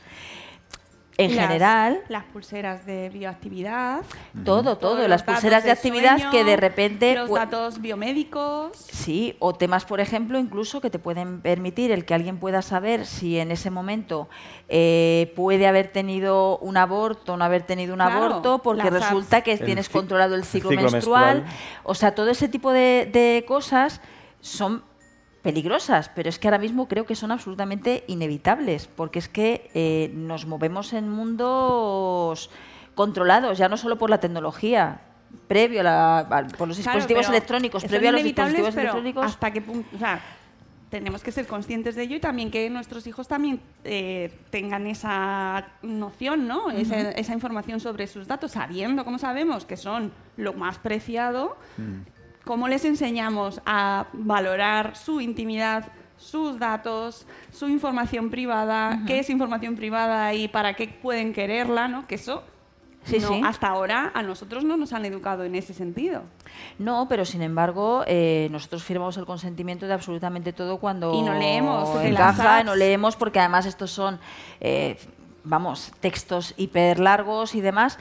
En las, general... Las pulseras de bioactividad. Todo, todo. Las pulseras de actividad sueño, que de repente... Los datos biomédicos. Sí, o temas, por ejemplo, incluso que te pueden permitir el que alguien pueda saber si en ese momento eh, puede haber tenido un aborto o no haber tenido un claro, aborto, porque resulta que tienes el controlado el ciclo, el ciclo menstrual. menstrual. O sea, todo ese tipo de, de cosas son peligrosas, pero es que ahora mismo creo que son absolutamente inevitables, porque es que eh, nos movemos en mundos controlados, ya no solo por la tecnología, previo a la, a, por los claro, dispositivos electrónicos, previo a los dispositivos pero electrónicos. ¿Hasta qué punto? O sea, tenemos que ser conscientes de ello y también que nuestros hijos también eh, tengan esa noción, ¿no? Uh-huh. Esa, esa información sobre sus datos, sabiendo, como sabemos, que son lo más preciado. Uh-huh. ¿Cómo les enseñamos a valorar su intimidad, sus datos, su información privada, uh-huh. qué es información privada y para qué pueden quererla, ¿no? Que eso sí, no, sí. hasta ahora a nosotros no nos han educado en ese sentido. No, pero sin embargo eh, nosotros firmamos el consentimiento de absolutamente todo cuando y no leemos, encaja, no leemos porque además estos son, eh, vamos, textos hiper largos y demás.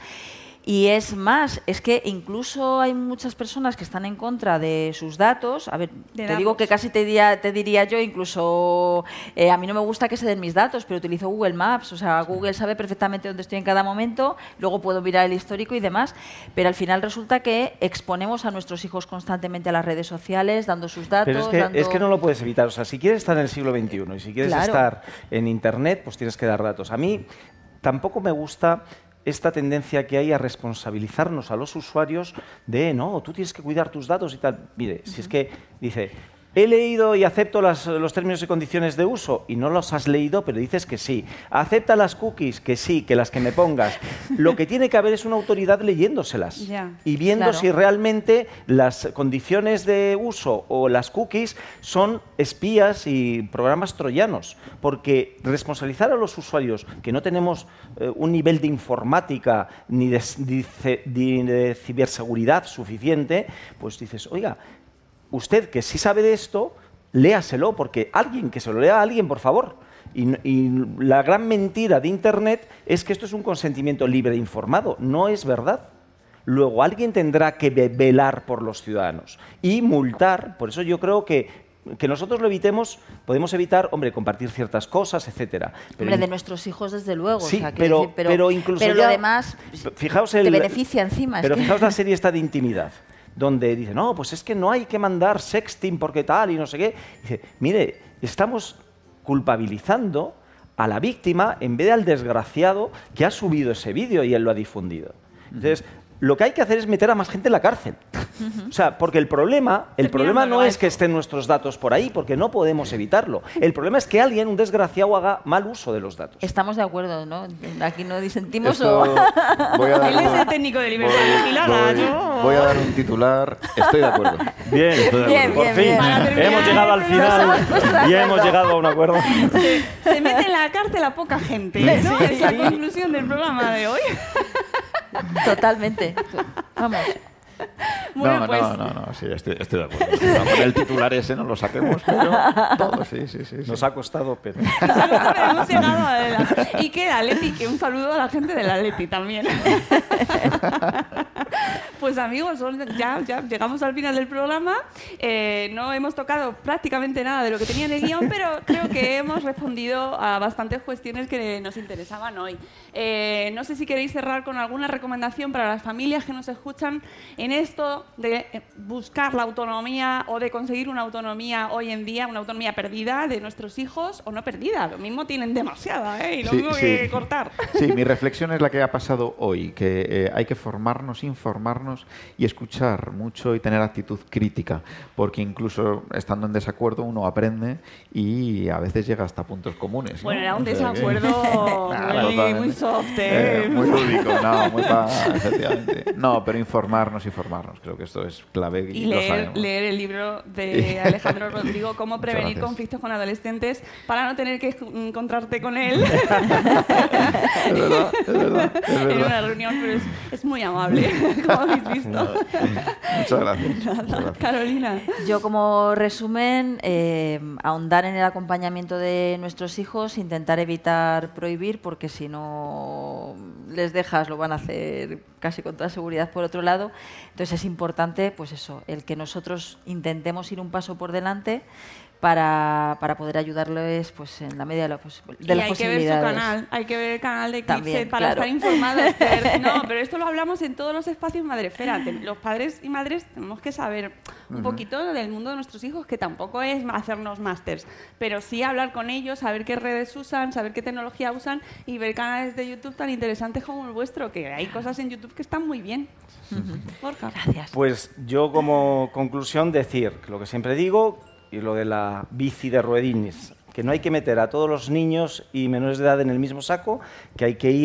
Y es más, es que incluso hay muchas personas que están en contra de sus datos. A ver, de te datos. digo que casi te diría, te diría yo, incluso eh, a mí no me gusta que se den mis datos, pero utilizo Google Maps. O sea, Google sabe perfectamente dónde estoy en cada momento, luego puedo mirar el histórico y demás. Pero al final resulta que exponemos a nuestros hijos constantemente a las redes sociales, dando sus datos. Pero es que, dando... es que no lo puedes evitar. O sea, si quieres estar en el siglo veintiuno y si quieres claro. estar en Internet, pues tienes que dar datos. A mí tampoco me gusta esta tendencia que hay a responsabilizarnos a los usuarios de, no, tú tienes que cuidar tus datos y tal. Mire, uh-huh. si es que dice, he leído y acepto las, los términos y condiciones de uso, y no los has leído, pero dices que sí. Acepta las cookies, que sí, que las que me pongas. Lo que tiene que haber es una autoridad leyéndoselas yeah, y viendo claro. si realmente las condiciones de uso o las cookies son espías y programas troyanos. Porque responsabilizar a los usuarios que no tenemos eh, un nivel de informática ni de, de, de ciberseguridad suficiente, pues dices, oiga, usted que sí sabe de esto, léaselo, porque alguien, que se lo lea a alguien, por favor. Y, y la gran mentira de Internet es que esto es un consentimiento libre e informado. No es verdad. Luego alguien tendrá que velar por los ciudadanos y multar. Por eso yo creo que que nosotros lo evitemos, podemos evitar, hombre, compartir ciertas cosas, etcétera. Pero hombre, de nuestros hijos, desde luego. Sí, o sea, pero, decir, pero, pero incluso pero ya, lo demás fijaos el, te beneficia encima. Pero es que... fijaos la serie esta de Intimidad, donde dice, no, pues es que no hay que mandar sexting porque tal y no sé qué. Dice, mire, estamos culpabilizando a la víctima en vez de al desgraciado que ha subido ese vídeo y él lo ha difundido. Entonces, lo que hay que hacer es meter a más gente en la cárcel. Uh-huh. O sea, porque el problema, el problema no es que estén nuestros datos por ahí, porque no podemos evitarlo. El problema es que alguien, un desgraciado, haga mal uso de los datos. Estamos de acuerdo, ¿no? Aquí no disentimos. Esto, o... voy a dar Él es el técnico de libertad vigilada, ¿no? Voy a dar un titular. Estoy de acuerdo. Bien, estoy de bien, acuerdo. Por bien, fin, bien. hemos llegado al final y hemos llegado a un acuerdo. Se, se mete en la cárcel a poca gente, ¿no? Sí, es la conclusión del programa de hoy. Totalmente. Vamos. Bueno, no, pues... no, no, no, sí, estoy, estoy de acuerdo. Vamos, el titular ese no lo saquemos, pero todo, sí, sí, sí, sí. Nos ha costado, pero... Hemos llegado a la... Y que Atleti, que un saludo a la gente del Atleti también. Pues amigos, ya, ya llegamos al final del programa. Eh, no hemos tocado prácticamente nada de lo que tenía en el guión, pero creo que hemos respondido a bastantes cuestiones que nos interesaban hoy. Eh, no sé si queréis cerrar con alguna recomendación para las familias que nos escuchan en esto de buscar la autonomía o de conseguir una autonomía hoy en día, una autonomía perdida de nuestros hijos o no perdida. Lo mismo tienen demasiada, ¿eh? Y lo sí, mismo sí. que cortar. Sí, mi reflexión es la que ha pasado hoy, que eh, hay que formarnos, informarnos y escuchar mucho y tener actitud crítica, porque incluso estando en desacuerdo uno aprende y a veces llega hasta puntos comunes, ¿no? Bueno, era un o sea desacuerdo que... muy, muy soft, ¿eh? Eh, muy lúdico, no, muy pa... efectivamente. No, pero informarnos y formarnos, creo que esto es clave y, y lo leer, sabemos. leer el libro de Alejandro Rodrigo, Cómo prevenir conflictos con adolescentes para no tener que encontrarte con él es verdad, es verdad, es verdad. en una reunión, pero es, es muy amable, como habéis visto. No. Muchas gracias. Nada. Muchas gracias. Carolina. Yo como resumen, eh, ahondar en el acompañamiento de nuestros hijos, intentar evitar prohibir, porque si no les dejas lo van a hacer casi con toda seguridad por otro lado. Entonces es importante, pues eso, el que nosotros intentemos ir un paso por delante para, para poder ayudarles pues en la medida de, la pos de y las hay posibilidades. Que ver su canal, hay que ver el canal de Clipset para claro. estar informados. Ver, no, pero esto lo hablamos en todos los espacios Madrefera. Los padres y madres tenemos que saber un uh-huh. poquito del mundo de nuestros hijos, que tampoco es hacernos másters, pero sí hablar con ellos, saber qué redes usan, saber qué tecnología usan y ver canales de YouTube tan interesantes como el vuestro, que hay cosas en YouTube que están muy bien. Uh-huh. Borja. Gracias. Pues yo como conclusión decir lo que siempre digo, y lo de la bici de ruedines, que no hay que meter a todos los niños y menores de edad en el mismo saco, que hay que ir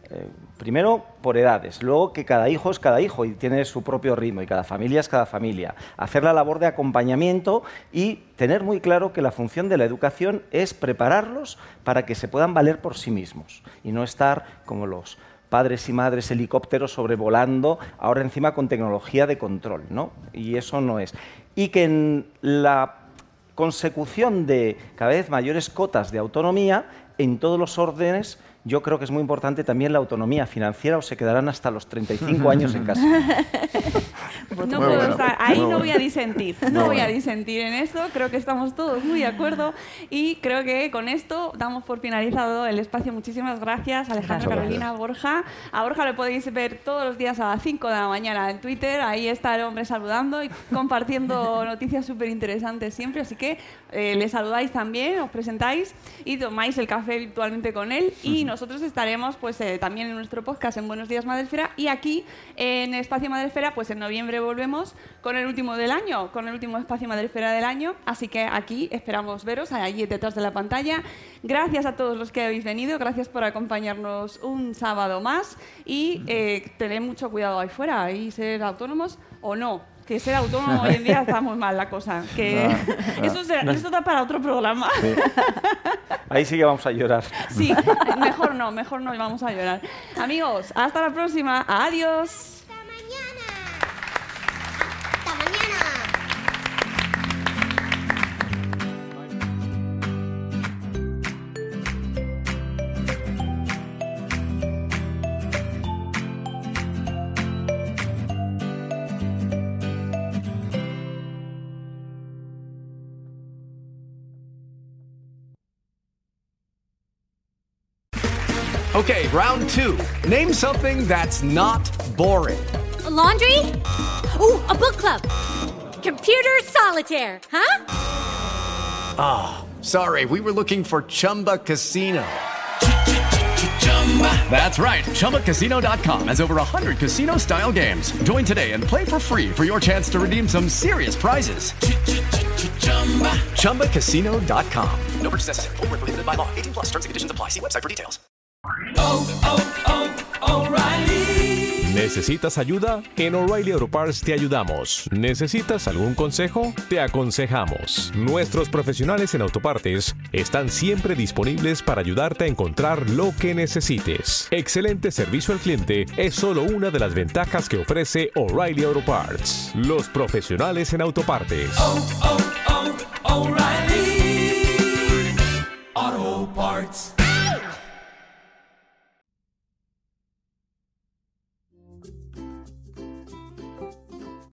Eh, primero, por edades. Luego, que cada hijo es cada hijo y tiene su propio ritmo y cada familia es cada familia. Hacer la labor de acompañamiento y tener muy claro que la función de la educación es prepararlos para que se puedan valer por sí mismos y no estar como los padres y madres helicópteros sobrevolando, ahora encima con tecnología de control, ¿no? Y eso no es. Y que en la consecución de cada vez mayores cotas de autonomía, en todos los órdenes, yo creo que es muy importante también la autonomía financiera o se quedarán hasta los treinta y cinco años en casa. No puedo bueno, estar, ahí no voy a disentir, no muy voy bueno. a disentir en esto, creo que estamos todos muy de acuerdo y creo que con esto damos por finalizado el espacio. Muchísimas gracias, Alejandra, Carolina, Borja. A Borja lo podéis ver todos los días a las cinco de la mañana en Twitter, ahí está el hombre saludando y compartiendo noticias súper interesantes siempre, así que eh, le saludáis también, os presentáis y tomáis el café virtualmente con él y nosotros estaremos pues eh, también en nuestro podcast en Buenos Días Madresfera y aquí en Espacio Madresfera pues en noviembre volvemos con el último del año, con el último Espacio Madresfera del año, así que aquí esperamos veros, allí detrás de la pantalla. Gracias a todos los que habéis venido, gracias por acompañarnos un sábado más y eh, tened mucho cuidado ahí fuera y ser autónomos o no. Que ser autónomo hoy en día está muy mal la cosa. Que no, no, eso, será, no. eso da para otro programa. Sí. Ahí sí que vamos a llorar. Sí, mejor no, mejor no vamos a llorar. Amigos, hasta la próxima. Adiós. Okay, round two. Name something that's not boring. A laundry? Ooh, a book club. Computer solitaire, huh? Ah, oh, sorry, we were looking for Chumba Casino. That's right, Chumba Casino dot com has over one hundred casino-style games. Join today and play for free for your chance to redeem some serious prizes. Chumba Casino dot com. No purchase necessary. Void where prohibited by law. eighteen plus. Terms and conditions apply. See website for details. Oh, oh, oh, O'Reilly. ¿Necesitas ayuda? En O'Reilly Auto Parts te ayudamos. ¿Necesitas algún consejo? Te aconsejamos. Nuestros profesionales en autopartes están siempre disponibles para ayudarte a encontrar lo que necesites. Excelente servicio al cliente es solo una de las ventajas que ofrece O'Reilly Auto Parts. Los profesionales en autopartes. Oh, oh, oh, O'Reilly Auto Parts.